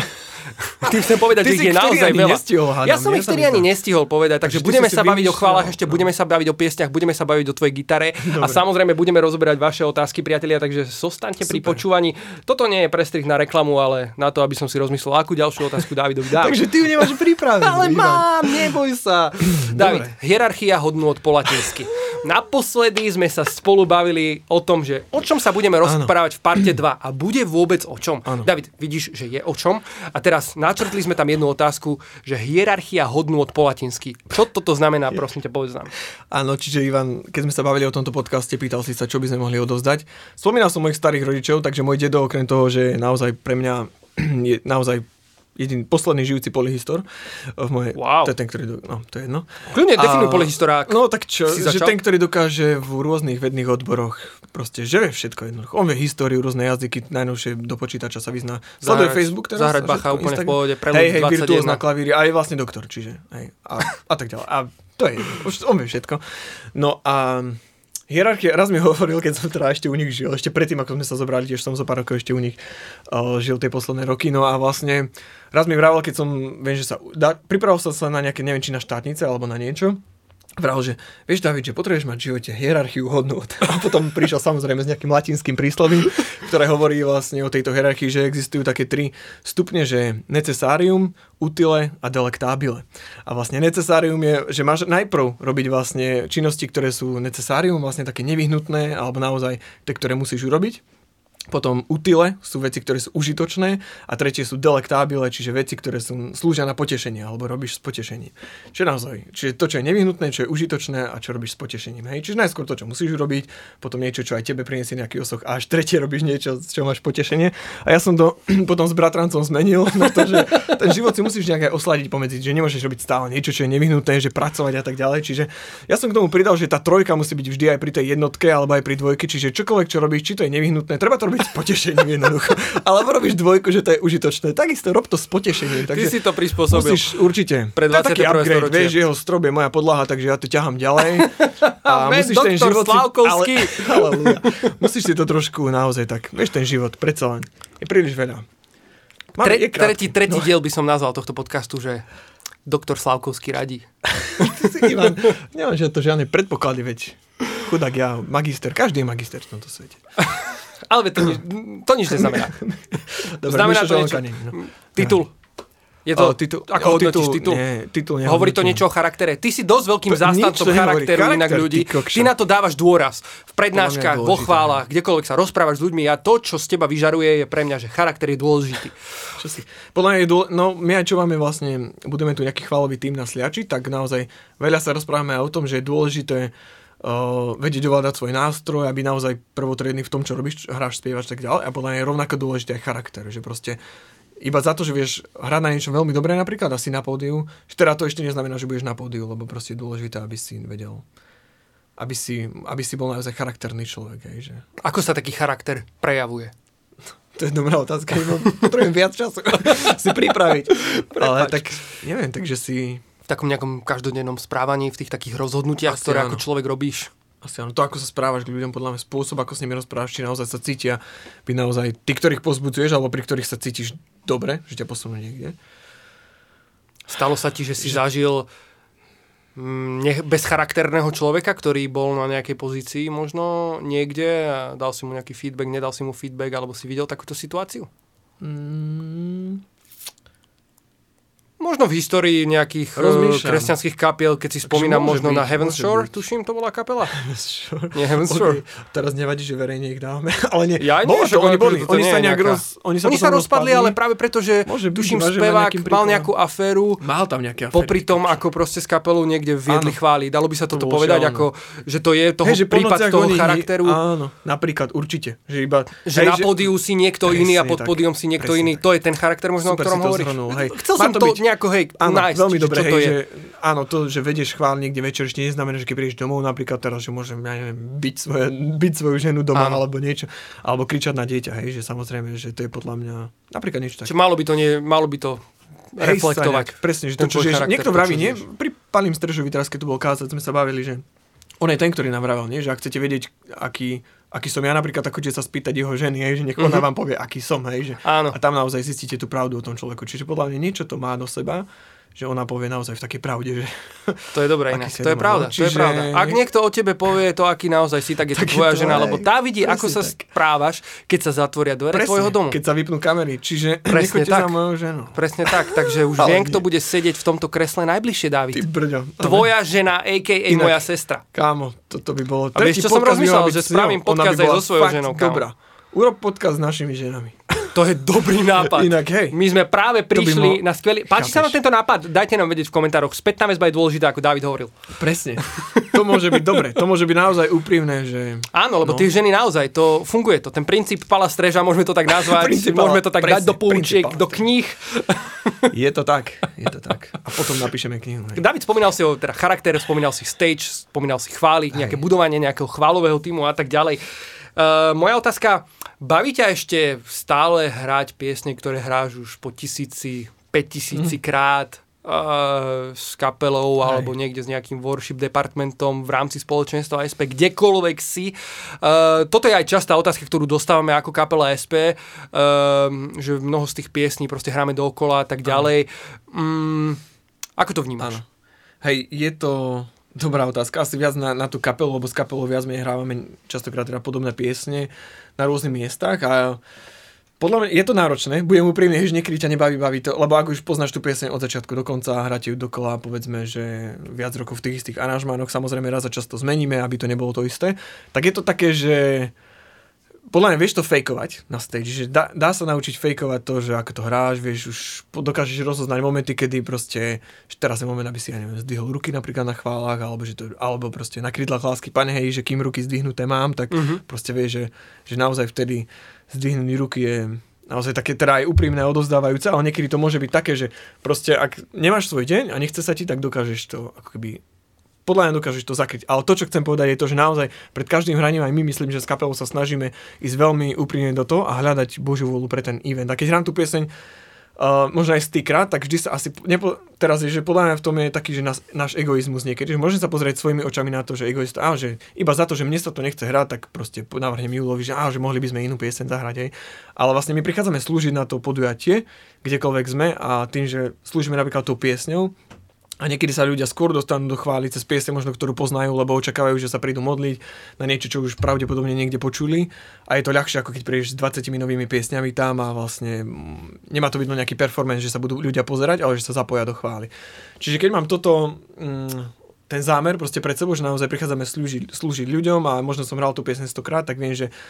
Tým chcem povedať, že ich je naozaj veľa. Ja som ich vtedy ani nestihol povedať, takže budeme sa baviť o chválach, ešte budeme sa baviť o piesňach, budeme sa baviť o tvojej gitare a samozrejme budeme rozoberať vaše otázky, priatelia, takže zostaňte pri počúvaní. Toto nie je prestrih na reklamu, ale na to, aby som si rozmyslel, akú ďalšiu otázku Dávidovi dám. Takže ty ju nemáš pripravenú. Ale mám, neboj sa. Dávid, hierarchia hodnôt po latinsky. Naposledy sme sa spolu bavili o tom, že o čom sa budeme rozprávať v parte 2 a bude vôbec o čom. Áno. David, vidíš, že je o čom. A teraz načrtli sme tam jednu otázku, že hierarchia hodnôt po latinsky. Čo toto znamená, prosím ťa, povedz nám. Áno, čiže Ivan, keď sme sa bavili o tomto podcaste, pýtal si sa, čo by sme mohli odovzdať. Spomínal som mojich starých rodičov, takže môj dedo, okrem toho, že je naozaj pre mňa je naozaj jediný posledný žijúci polyhistor v mojej... Wow. To je ten, ktorý... No, to je jedno. Kľudne definuj polyhistora. No tak čo, že ten, ktorý dokáže v rôznych vedných odboroch proste, že vie všetko jednoducho. On vie históriu, rôzne jazyky, najnovšie do počítača sa vyzná. Sleduje Facebook teraz. Zahrať Bacha úplne v pohode, preľud 21. Hej, virtuóz na klavíri a je vlastne doktor, čiže hej. A tak ďalej. A to je, on vie všetko. No a... Hierarchia, raz mi hovoril, keď som teda ešte u nich žil, ešte predtým, ako sme sa zobrali, tiež som zo pár rokov ešte u nich žil tie posledné roky, no a vlastne raz mi vravel, keď som, viem, že pripravoval sa na nejaké, neviem, či na štátnice alebo na niečo, vravel, že vieš, David, že potrebuješ mať v živote hierarchiu hodnôt. A potom prišiel samozrejme s nejakým latinským príslovím, ktoré hovorí vlastne o tejto hierarchii, že existujú také 3 stupne, že necessarium, utile a delectabile. A vlastne necessarium je, že máš najprv robiť vlastne činnosti, ktoré sú necessarium, vlastne také nevyhnutné, alebo naozaj tie, ktoré musíš urobiť. Potom utile sú veci, ktoré sú užitočné a tretie sú delectabile, čiže veci, ktoré sú slúžia na potešenie alebo robíš s potešením. Čiže naozaj, čiže to, čo je nevyhnutné, čo je užitočné a čo robíš s potešením. Hej? Čiže najskôr to, čo musíš urobiť, potom niečo, čo aj tebe prinesie nejaký osoch a až tretie robíš niečo, z čo máš potešenie. A ja som to potom s bratrancom zmenil na to, že ten život si musíš nejak aj osladiť pomedzi, že nemôžeš robiť stále niečo, čo je nevyhnutné, že pracovať a tak ďalej. Čiže ja som k tomu pridal, že tá trojka musí byť vždy aj pri tej jednotke alebo aj pri dvojke, čiže čokoľvek, čo robíš, či to je nevyhnutné, treba to robiť s potešením jednoducho. Alebo robíš dvojku, že to je užitočné. Takisto rob to s potešením. Takže ty si to prispôsobil. Musíš určite. Pre 21. Taký upgrade, storočie. vieš, jeho strop je moja podlaha, takže ja to ťahám ďalej. A musíš ten doktor život Slávkovský. musíš si to trošku naozaj tak, vieš, ten život predsa len je príliš veľa. Tretí diel by som nazval tohto podcastu, že doktor Slávkovský radí. Ivan, nemám to žiadne predpoklady, veď chudák ja, magister, každý je magister v tomto svete. Ale to nič neznamená. Dobre, znamená to niečo. Titul. Je to, ako hodnotíš titul? Nie, titul hovorí to niečo o charaktere. Ty si dosť veľkým zástancom charakteru inak ľudí. Ty na to dávaš dôraz. V prednáškach, vo chválach, kdekoľvek sa rozprávaš s ľuďmi a to, čo z teba vyžaruje, je pre mňa, že charakter je dôležitý. Podľa mňa no my aj čo máme vlastne, budeme tu nejaký chválový tým na Sliači, tak naozaj veľa sa rozprávame aj o tom, že je dôležité vedieť ovládať svoj nástroj, aby naozaj prvotriedny v tom, čo robíš, hráš, spievaš tak ďalej. A podľa mňa je rovnako dôležité aj charakter, že proste iba za to, že vieš hrať na niečo veľmi dobré napríklad asi na pódiu, že teda to ešte neznamená, že budeš na pódiu, lebo proste je dôležité, aby si vedel, aby si bol naozaj charakterný človek. Hej, že... Ako sa taký charakter prejavuje? To je dobrá otázka, potrebujem viac času si pripraviť. Ale tak, neviem, takže si... V takom nejakom každodennom správaní, v tých takých rozhodnutiach, asi ktoré áno. Ako človek robíš. Asi áno, to ako sa správaš k ľuďom, podľa mňa spôsob, ako s nimi rozprávaš, či naozaj sa cítia, by naozaj tí, ktorých pozbudzuješ, alebo pri ktorých sa cítiš dobre, že ťa posunú niekde. Stalo sa ti, že si zažil bezcharakterného človeka, ktorý bol na nejakej pozícii možno niekde a dal si mu nejaký feedback, nedal si mu feedback, alebo si videl takúto situáciu? Možno v histórii nejakých kresťanských kapiel, keď si spomínam možno na Heaven's Shore, tuším, to bola kapela. Nie, Heaven's Shore. Teraz nevadí, že verejne ich dáme, ale nie. Ja nie, že oni sa nejak oni sa rozpadli, ale práve preto, že tuším, spevák mal nejakú aféru. Mal tam nejaké aféry. Popri tom, ako proste s kapelou niekde viedli chvály. Dalo by sa toto povedať, ako, že to je toho prípad toho charakteru. Áno, napríklad, určite. Že na pódiu si niekto iný a pod pódium si niekto iný. To je ten charakter možno, o ktorom hovoríš. Chcel som to nejako, hej, nájsť, veľmi dobre, hej, že áno, to, že vedieš chvál niekde večer, ešte neznamená, že keď prídeš domov, napríklad teraz, že môžem, ja neviem, byť svoju ženu doma, áno. Alebo niečo, alebo kričať na dieťa, hej, že samozrejme, že to je podľa mňa napríklad niečo také. Čiže malo by to reflektovať. Presne, že to, čo niekto vraví, nie? Pri Paním Strešovi teraz, keď tu bol kázať, sme sa bavili, že on je ten, ktorý nám vravel, nie? Že ak chcete vedieť, aký som ja napríklad, tak chodite sa spýtať jeho ženy, hej, že nech ona vám povie, aký som, hej, že áno. A tam naozaj zistíte tú pravdu o tom človeku. Čiže podľa mňa niečo to má do seba, že ona povie naozaj v takej pravde, že... To je dobré inak, to je pravda, to je pravda. Ak niekto o tebe povie to, aký naozaj si, tak je to tvoja žena, lebo tá vidí, ako sa správaš, keď sa zatvoria dvere tvojho domu. Keď sa vypnú kamery, čiže nechoďte za mojou ženou. Presne tak, takže už viem, kto bude sedieť v tomto kresle najbližšie, Dávid. Ty brďo. Tvoja žena, a.k.a. moja sestra. Kámo, toto by bolo... A vieš, čo som rozmýšľal, že spravím podcast aj so svojou ženou, kámo. Dobrá. Urob podcast s našimi ženami. To je dobrý nápad. Inak, hej. My sme práve prišli na skvelý... Páči sa vám tento nápad? Dajte nám vedieť v komentároch. Spätná väzba je dôležitá, ako Dávid hovoril. Presne. To môže byť dobre. To môže byť naozaj úprimné, že... Áno, lebo tie ženy naozaj, to funguje to. Ten princíp Pala Streža, môžeme to tak nazvať. Môžeme to tak dať do poučiek, do kníh. Je to tak. A potom napíšeme knihu. Hej. Dávid, spomínal si o teda charakter, spomínal si stage, spomínal si chvály, nejaké budovanie nejakého chválového tímu a tak ďalej. Moja otázka, baví ťa ešte stále hrať piesne, ktoré hráš už po 1000, 5000 krát s kapelou alebo niekde s nejakým worship departmentom v rámci spoločenstva SP, kdekoľvek si. Toto je aj častá otázka, ktorú dostávame ako kapela SP, že mnoho z tých piesní proste hráme dookola a tak ďalej. Ako to vnímaš? Áno. Hej, je to... Dobrá otázka. Asi viac na tú kapelu, lebo s kapelou viac menej hrávame častokrát teda podobné piesne na rôznych miestach a podľa mňa je to náročné. Budem úprimný, že niekedy ťa baví to, lebo ak už poznáš tú pieseň od začiatku do konca a hráte ju dokola, povedzme, že viac rokov v tých istých aranžmánoch, samozrejme raz za často zmeníme, aby to nebolo to isté, tak je to také, že podľa mňa vieš to fejkovať na stage, že dá sa naučiť fejkovať to, že ako to hráš, vieš, už dokážeš rozoznať momenty, kedy proste, že teraz je moment, aby si, ja neviem, zdvihol ruky napríklad na chválach, alebo proste na krídlach lásky, Pane, hej, že kým ruky zdvihnuté mám, tak proste vieš, že naozaj vtedy zdvihnutý ruky je naozaj také teda aj úprimné, odovzdávajúce, ale niekedy to môže byť také, že proste ak nemáš svoj deň a nechce sa ti, tak dokážeš to ako keby podľa mňa dokážeš to zakryť. Ale to, čo chcem povedať, je to, že naozaj pred každým hraním aj my myslím, že s kapelou sa snažíme ísť veľmi úprimne do toho a hľadať Božiu vôľu pre ten event. A keď hrám tú pieseň možno aj stýkrát, tak vždy sa asi... teraz je, že podľa mňa v tom je taký, že náš egoizmus niekedy, že môžem sa pozrieť svojimi očami na to, že egoista, že iba za to, že mne sa to nechce hrať, tak proste navrhnem Julovi, že mohli by sme inú pieseň zahrať. Hej. Ale vlastne my prichádzame slúžiť na to podujatie, kdekoľvek sme a tým, že slúžime napríklad tou piesňou, a niekedy sa ľudia skôr dostanú do chvály cez piesne, možno ktorú poznajú, lebo očakávajú, že sa prídu modliť na niečo, čo už pravdepodobne niekde počuli. A je to ľahšie, ako keď prídeš s 20 novými piesňami tam a vlastne nemá to byť nejaký performance, že sa budú ľudia pozerať, ale že sa zapoja do chvály. Čiže keď mám toto, ten zámer proste pred sebou, že naozaj prichádzame slúžiť ľuďom a možno som hral tú pieseň 100-krát, tak viem, že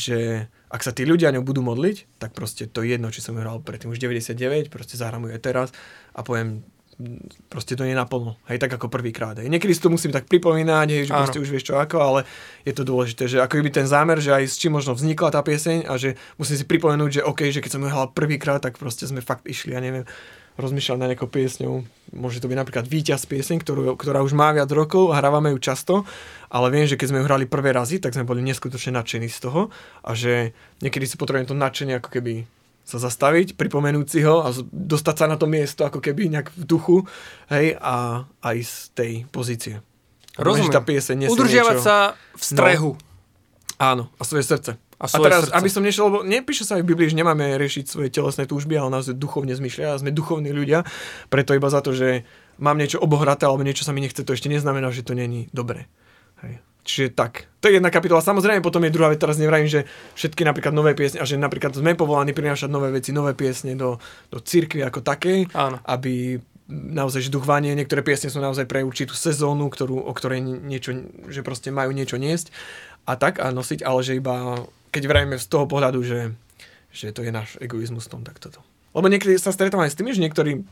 ak sa tí ľudia ňou budú modliť, tak proste to je jedno, či som ju hral predtým už 99, proste zahrám ju aj teraz a poviem, proste to nie je naplno, hej, tak ako prvýkrát. Niekedy si to musím tak pripomínať, hej, že proste už vieš čo ako, ale je to dôležité, že ako by ten zámer, že aj s čím možno vznikla tá pieseň a že musím si pripomenúť, že OK, že keď som ju hral prvýkrát, tak proste sme fakt išli, ja neviem, rozmýšľať na nejakou piesňou. Môže to byť napríklad Víťaz pieseň, ktorá už má viac rokov a hrávame ju často, ale viem, že keď sme ju hrali prvé razy, tak sme boli neskutočne nadšení z toho a že niekedy si potrebujem to nadšenie ako keby sa zastaviť, pripomenúť si ho a dostať sa na to miesto ako keby nejak v duchu, hej, a aj z tej pozície. Rozumiem. Udržiavať sa v strehu. No, áno, a svoje srdce. A teraz, aby som nešiel, lebo nepíše sa aj v Biblii, že nemáme riešiť svoje telesné túžby, ale nás duchovne zmyšľa a sme duchovní ľudia, preto iba za to, že mám niečo obohraté alebo niečo sa mi nechce, to ešte neznamená, že to není dobré. Hej. Čiže tak, to je jedna kapitola. Samozrejme, potom je druhá vec, teraz nevrajím, že všetky napríklad nové piesne, a že napríklad sme povolaní prinášať nové veci, nové piesne do cirkvi ako takej, aby naozaj, že duch vanie, niektoré piesne sú naozaj pre určitú sezónu, o ktorej niečo, že proste majú niečo niesť a tak a nosiť, ale že iba, keď vrajíme z toho pohľadu, že to je náš egoizmus v tom, tak toto. Lebo niekedy sa stretávam aj s tým, že niektorí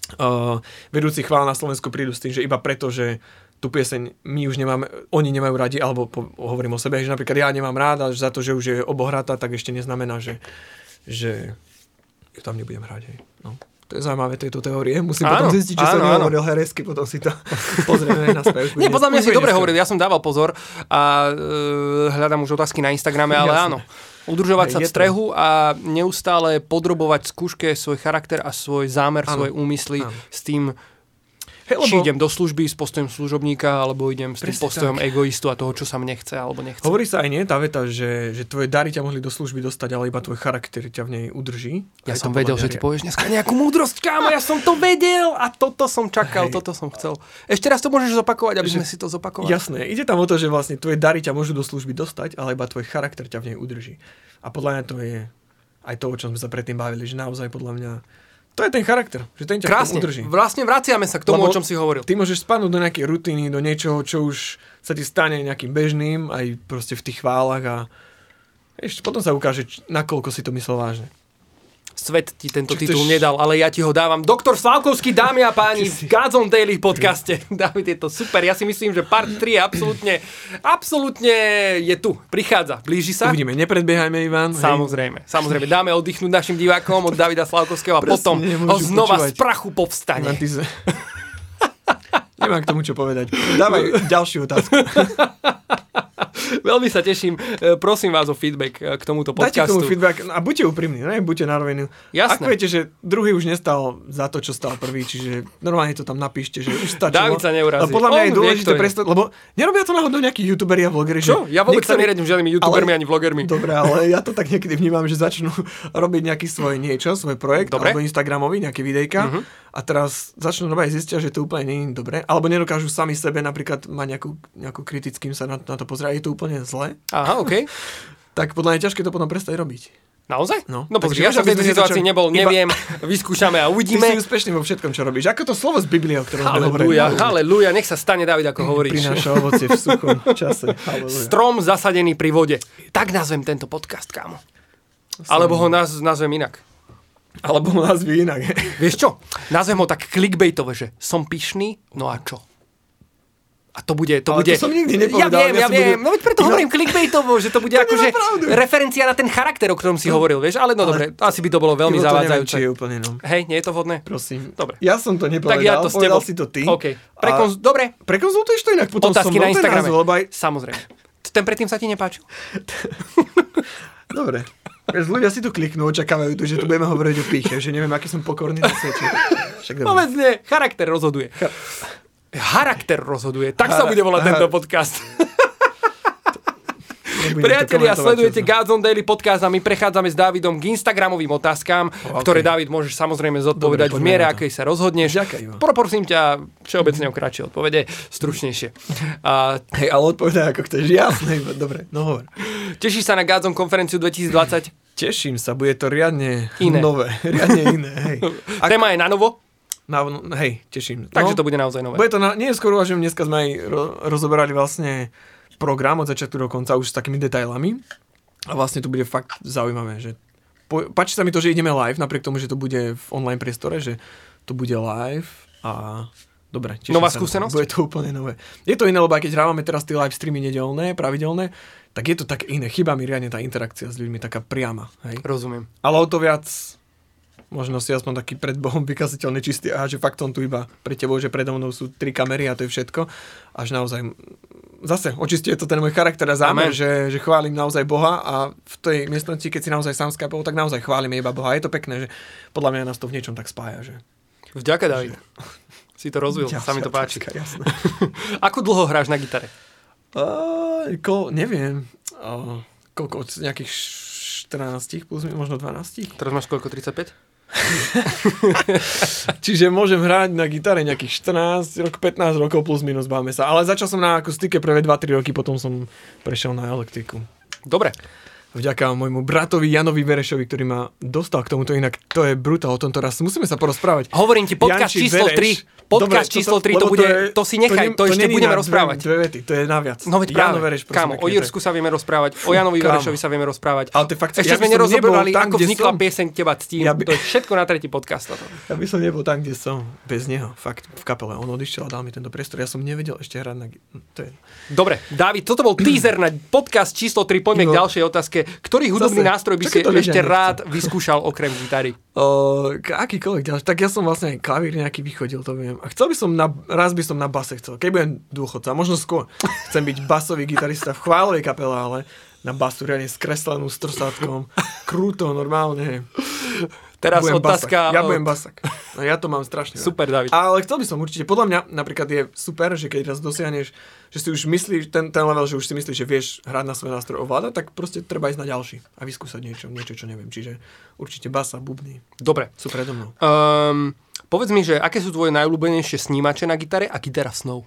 vedúci chvál na Slovensku prídu s tým, že iba preto, že tú pieseň my už nemáme, oni nemajú radi, alebo hovorím o sebe, že napríklad ja nemám rád a za to, že už je obohratá, tak ešte neznamená, že ju tam nebudem hrať. Hej. No. To je zaujímavé, tieto teórie. Musím potom zistiť, či som nehovoril heresky, potom si to pozrieme na spevku. Nie, podľa mňa si dobre hovoril, ja som dával pozor a hľadám už otázky na Instagrame, ale áno. Udržovať sa v strehu a neustále podrobovať skúške svoj charakter a svoj zámer, svoje úmysly s tým. Či idem do služby s postojom služobníka, alebo idem s tým Presne postojom tak. egoistu a toho, čo sa mne chce alebo nechce. Hovorí sa aj nie tá veta, že tvoje dary ťa mohli do služby dostať, ale iba tvoj charakter ťa v nej udrží. Ja Aj som to vedel, podľa že mňa ti povieš dneska nejakú múdrosť, kámo, ja som to vedel a toto som čakal, toto som chcel. Ešte raz to môžeš zopakovať, aby sme si to zopakovali. Jasné, ide tam o to, že vlastne tvoje dary ťa môžu do služby dostať, ale iba tvoj charakter ťa v nej udrží. A podľa mňa to je aj to, o čom sme sa predtým bavili, že naozaj podľa mňa to je ten charakter, že ten ťa Krásne, v tom udrží. vlastne vraciame sa k tomu, o čom si hovoril. Ty môžeš spadnúť do nejakej rutiny, do niečoho, čo už sa ti stane nejakým bežným, aj proste v tých chválach a ešte potom sa ukáže, nakoľko si to myslel vážne. Svet ti tento titul nedal, ale ja ti ho dávam. Doktor Slávkovský, dámy a páni, v Gods on Daily podcaste. David, je to super. Ja si myslím, že part 3 je absolútne je tu. Prichádza, blíži sa. Uvidíme, nepredbiehajme, Ivan. Samozrejme. Dáme oddychnúť našim divákom od Davida Slávkovského a potom ho znova z prachu povstane. Nemám k tomu čo povedať. Dávaj ďalšiu otázku. Veľmi sa teším. Prosím vás o feedback k tomuto podcastu. Dajte k tomu feedback a buďte úprimní, ne? Buďte na rovinu. Jasné. Ako viete, že druhý už nestal za to, čo stal prvý, čiže normálne to tam napíšte, že už stačilo. David sa neurazí. Podľa mňa je dôležité prestať, lebo nerobia to náhodou nejakí youtuberi a vlogeri. Čo? Ja vôbec sa neradím žiadnymi youtubermi ani vlogermi. Dobre, ale ja to tak niekedy vnímam, že začnú robiť nejaký svoj projekt, alebo Instagramový, nejaké videjka. A teraz začnú normálne zistia, že to úplne nie je dobré, alebo nedokážu sami sebe napríklad mať nejakú kritickým sa na to pozerať, je to úplne zle. Aha, okej. Tak podľa mňa je ťažké to potom prestať robiť. Naozaj? No pozri, ja som v tejto situácii nebol, neviem, vyskúšame a uvidíme. Ty si úspešný vo všetkom, čo robíš. Ako to slovo z Biblie, o ktorom sme hovorili. Halelúja, nech sa stane, David, ako hovoríš. Prináša ovocie v suchom čase. Halelúja. Strom zasadený pri vode. Tak nazvem tento podcast, kámo. Alebo ho nazvem inak. Alebo ho nazvi inak. Vieš čo? Nazvem ho tak clickbaitové, že som pyšný, no a čo? A to bude... To som nikdy nepovedal. Ja viem. No veď preto hovorím clickbaitovo, že to bude akože referencia na ten charakter, o ktorom si hovoril, vieš? Ale dobre, asi by to bolo veľmi zavádzajúce. Hej, nie je to vhodné? Prosím. Dobre. Ja som to nepovedal, tak ja to povedal si to ty. OK. Dobre. Prekonzultuješ to inak potom otázky som na Instagrame. Samozrejme. Ten predtým sa ti nepáčil? Dobre. Ľudia si tu kliknú, očakávajú tu, že tu budeme hovoriť o píche, že neviem, aký som pokorný na svete. Povedz nie, charakter rozhoduje. Charakter rozhoduje. Tak sa bude volať tento podcast. Priatelia, sledujete Gods on Daily podcast a my prechádzame s Dávidom k Instagramovým otázkam, ktoré Dávid môžeš samozrejme zodpovedať v miere, akej sa rozhodneš. Poprosím ťa všeobecne o kratšie odpovede, stručnejšie. Hej, ale odpovedaj ako chceš. Jasné, dobre, no hovor. Tešíš sa na Gods on konferenciu 2020? Teším sa, bude to riadne nové. Riadne iné, hej. Téma je na novo? Hej, teším. Takže to bude naozaj nové. Bude to nie skôr uvažujem, dneska sme aj rozoberali vlastne program od začiatku do konca už s takými detailami a vlastne to bude fakt zaujímavé, že páči sa mi to, že ideme live, napriek tomu, že to bude v online priestore, že to bude live a dobre, teším nová sa. Skúsenosť? Bude to úplne nové. Je to iné, lebo aj keď hrávame teraz tie live streamy nedeľné, pravidelné, tak je to tak iné. Chýba mi riadne tá interakcia s ľuďmi, taká priama. Hej? Rozumiem. Ale o to viac možno si aspoň taký pred Bohom vykaziteľný čistý a že fakt on tu iba pre tebou, že predo mnou sú 3 kamery a to je všetko. Až naozaj zase očistuje to ten môj charakter a zámer, že chválim naozaj Boha a v tej miestnosti, keď si naozaj sám skypol, tak naozaj chválime iba Boha. Je to pekné, že podľa mňa nás to v niečom tak spája. Že... Vďaka, David. Si to rozvil, sa mi to páči. Jasné. Ako dlho hráš na gitare? Neviem. Koľko? Nejakých 14 plus, možno 12. Teraz máš koľko? 35? Čiže môžem hrať na gitare nejakých 15 rokov plus minus, báme sa. Ale začal som na akustike prvé 2-3 roky, potom som prešiel na elektriku. Dobre. Vďaka môjmu bratovi Janovi Verešovi, ktorý ma dostal k tomuto, inak to je brutál, o tomto raz musíme sa porozprávať. Hovorím ti, podcast Janči číslo Vereš, 3. Podcast číslo 3, to bude, to si nechaj, to ešte budeme rozprávať. Dve vety, to je naviac. No veď práve, kámo, o Jirsku sa vieme rozprávať, o Janovi Verešovi sa vieme rozprávať. Ale to je fakt, ešte sme nerozoberali, ako vznikla pieseň Teba ctím, to je všetko na tretí podcast. Ja by som nebol tam, kde som, bez neho, fakt, v kapele. On odišiel a dal mi tento priestor, ja som nevedel ešte hrať na... Dobre, Dávid, toto bol teaser na podcast číslo 3, poďme k ďalšej otázke. Ktorý hudobný nástroj by si ešte rád vyskúšal okrem gitary? Akýkoľvek ďalší. Tak ja som vlastne aj klavír nejaký vychodil, to viem. A chcel by som, raz by som na base chcel. Keď budem dôchodca, možno skôr. Chcem byť basový gitarista v chválovej kapele, ale na basu riadne skreslenú s trsátkom. Krúto, normálne. Teraz otázka... Ja budem basak. No ja to mám strašne. Super, David. Ale chcel by som určite, podľa mňa napríklad je super, že keď raz dosiahneš, že si už myslíš, ten level, že už si myslíš, že vieš hrať na svoj nástroj ovládať, tak proste treba ísť na ďalší a vyskúsať niečo, čo neviem. Čiže určite basa, bubny. Dobre. Sú predo mnou. Povedz mi, že aké sú tvoje najobľúbenejšie snímače na gitare a gitara snov?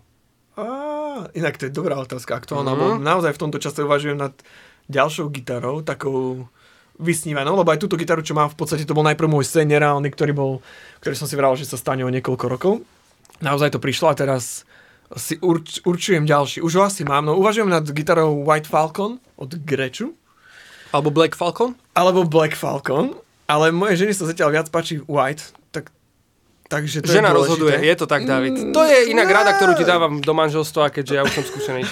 Inak to je dobrá otázka aktuálna, bo naozaj v tomto čase uvažujem nad ďalšou gitarou, takou vysnívanou, lebo aj túto gitaru, čo mám, v podstate to bol najprv môj sen nereálny, ktorý som si vral, že sa stane o niekoľko rokov. Naozaj to prišlo a teraz si určujem ďalší. Už ho asi mám, no uvažujem nad gitarou White Falcon od Greču. Alebo Black Falcon? Alebo Black Falcon, ale mojej žene sa zatiaľ viac páči White, takže to žena je rozhoduje, je to tak, David. To je inak rada, ktorú ti dávam do manželstva, keďže ja už som skúsený.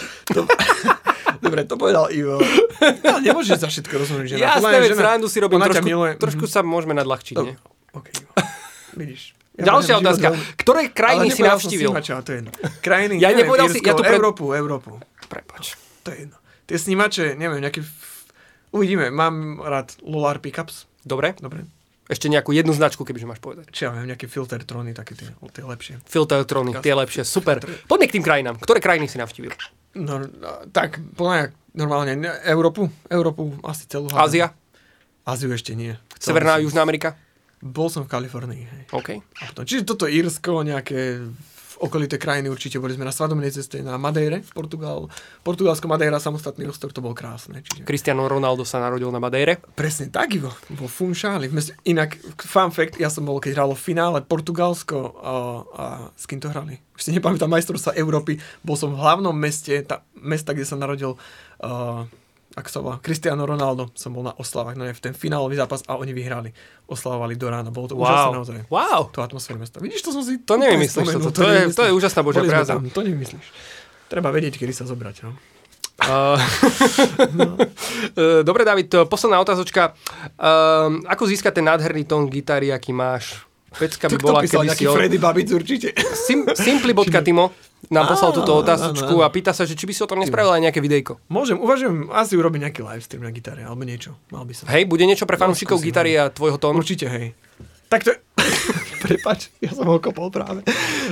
Dobre, to povedal Ivo. Ale nemôžeš za všetko rozhodnúť, žena. Ja s srandu si robím, trošku sa môžeme nadľahčiť, nie? Okay, vidíš. Ďalšia otázka. Ktoré krajiny si navštívil? Krajiny, ja nepovedal si, Európu. Prepáč. To je jedno. Tie snímače, neviem, nejaký... Uvidíme, mám rád Lular Pickups. Dobre. Ešte nejakú jednu značku, kebyže máš povedať. Či ja viem, nejaké Filtertrony, také tie lepšie. Filtertrony, tie lepšie, super. Poďme k tým krajinám. Ktoré krajiny si navštívil? No, tak, podľa normálne Európu asi celú. Ázia? Áziu ešte nie. Severná a Južná Amerika? Bol som v Kalifornii. Hej. OK. Čiže toto Írsko, nejaké okolité krajiny určite, boli sme na svadobnej ceste na Madeire v Portugalsko Madeira, samostatný ostrov, to bolo krásne. Čiže... Cristiano Ronaldo sa narodil na Madeire. Presne tak, Ivo, vo Funchali. Inak, fun fact, ja som bol, keď hralo v finále Portugalsko a s kým to hrali? Už si nepamätám, majstrovstvá Európy. Bol som v hlavnom meste, mesta, kde sa narodil ako sa volá, Cristiano Ronaldo, som bol na oslavách, no je v ten finálový zápas a oni vyhrali. Oslavovali do rána, bolo to úžasné naozaj. Wow. To atmosféru mesta. Vidíš, to som si... To nevymyslíš, to je úžasná Božia práca. To nevymyslíš. Treba vedieť, kedy sa zobrať, no. Dobre, David, posledná otázočka. Ako získať ten nádherný tón gitary, aký máš? Pecka by bola, keby si... Freddy Babic určite. Simply.timo nám poslal túto otázočku a pýta sa, že či by si o tom nespravil aj nejaké videjko. Uvažujem asi urobiť nejaký livestream na gitare, alebo niečo. Mal by som. Hej, bude niečo pre fanúšikov gitary a tvojho tónu? Určite, hej. Tak to je... Prepáč, ja som ho kopol práve.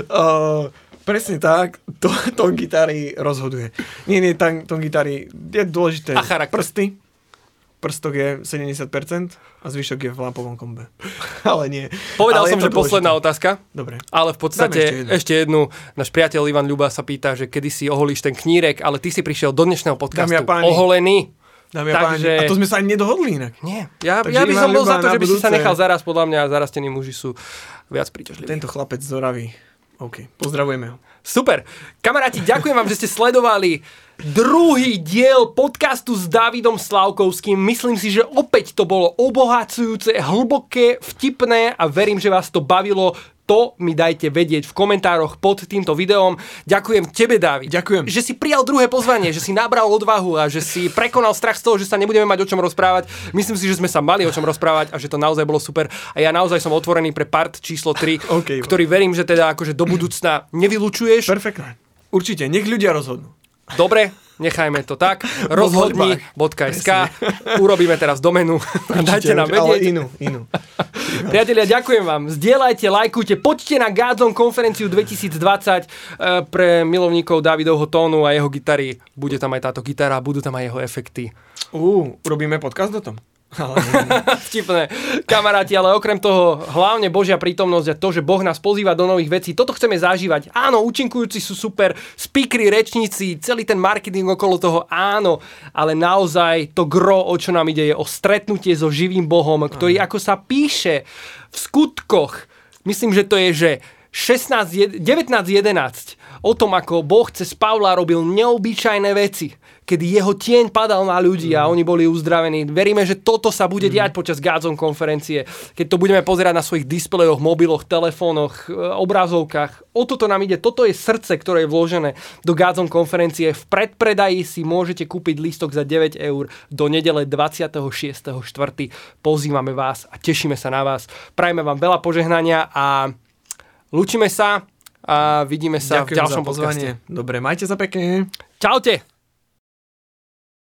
Presne tak, tón gitary rozhoduje. Nie, tón gitary je dôležité. A charakter. Prstok je 70% a zvyšok je v lampovom kombe. Ale nie. Povedal som, že posledná otázka. Dobre. Ale v podstate ešte jednu. Náš priateľ Ivan Ľuba sa pýta, že kedy si oholíš ten knírek, ale ty si prišiel do dnešného podcastu oholený. Takže... A to sme sa ani nedohodli inak. Nie. Ja by som bol za to, že by si sa nechal zaraz. Podľa mňa zarastení muži sú viac príťažliví. Tento chlapec z Oravy. OK, pozdravujeme ho. Super. Kamaráti, ďakujem vám, že ste sledovali druhý diel podcastu s Dávidom Slavkovským. Myslím si, že opäť to bolo obohacujúce, hlboké, vtipné a verím, že vás to bavilo. To mi dajte vedieť v komentároch pod týmto videom. Ďakujem tebe, Dávid. Ďakujem. Že si prijal druhé pozvanie, že si nabral odvahu a že si prekonal strach z toho, že sa nebudeme mať o čom rozprávať. Myslím si, že sme sa mali o čom rozprávať a že to naozaj bolo super. A ja naozaj som otvorený pre part číslo 3, ktorý verím, že teda akože do budúcna nevylučuješ. Perfektne. Určite, nech ľudia rozhodnú. Dobre, nechajme to tak. Rozhodni.sk. Urobíme teraz domenu. Dajte nám vedieť. Ale inú. Priatelia, ďakujem vám. Zdieľajte, lajkujte, poďte na Godzone konferenciu 2020 pre milovníkov Davidovho tónu a jeho gitary. Bude tam aj táto gitara, budú tam aj jeho efekty. Urobíme podcast o tom. Vtipné. Kamaráti, ale okrem toho hlavne Božia prítomnosť a to, že Boh nás pozýva do nových vecí, toto chceme zažívať. Áno, účinkujúci sú super, speakery, rečníci, celý ten marketing okolo toho, áno, ale naozaj to gro, o čo nám ide, je o stretnutie so živým Bohom, ktorý ako sa píše v skutkoch, myslím, že to je, že 19.11 o tom, ako Boh cez Pavla robil neobyčajné veci, kedy jeho tieň padal na ľudí a oni boli uzdravení. Veríme, že toto sa bude diať počas Godzone konferencie. Keď to budeme pozerať na svojich displejoch, mobiloch, telefónoch, obrazovkách. O toto nám ide. Toto je srdce, ktoré je vložené do Godzone konferencie. V predpredaji si môžete kúpiť lístok za 9 eur do nedele 26.4. Pozývame vás a tešíme sa na vás. Prajeme vám veľa požehnania a lúčime sa a vidíme sa v ďalšom podcaste. Dobre, majte sa pekne. Čaute.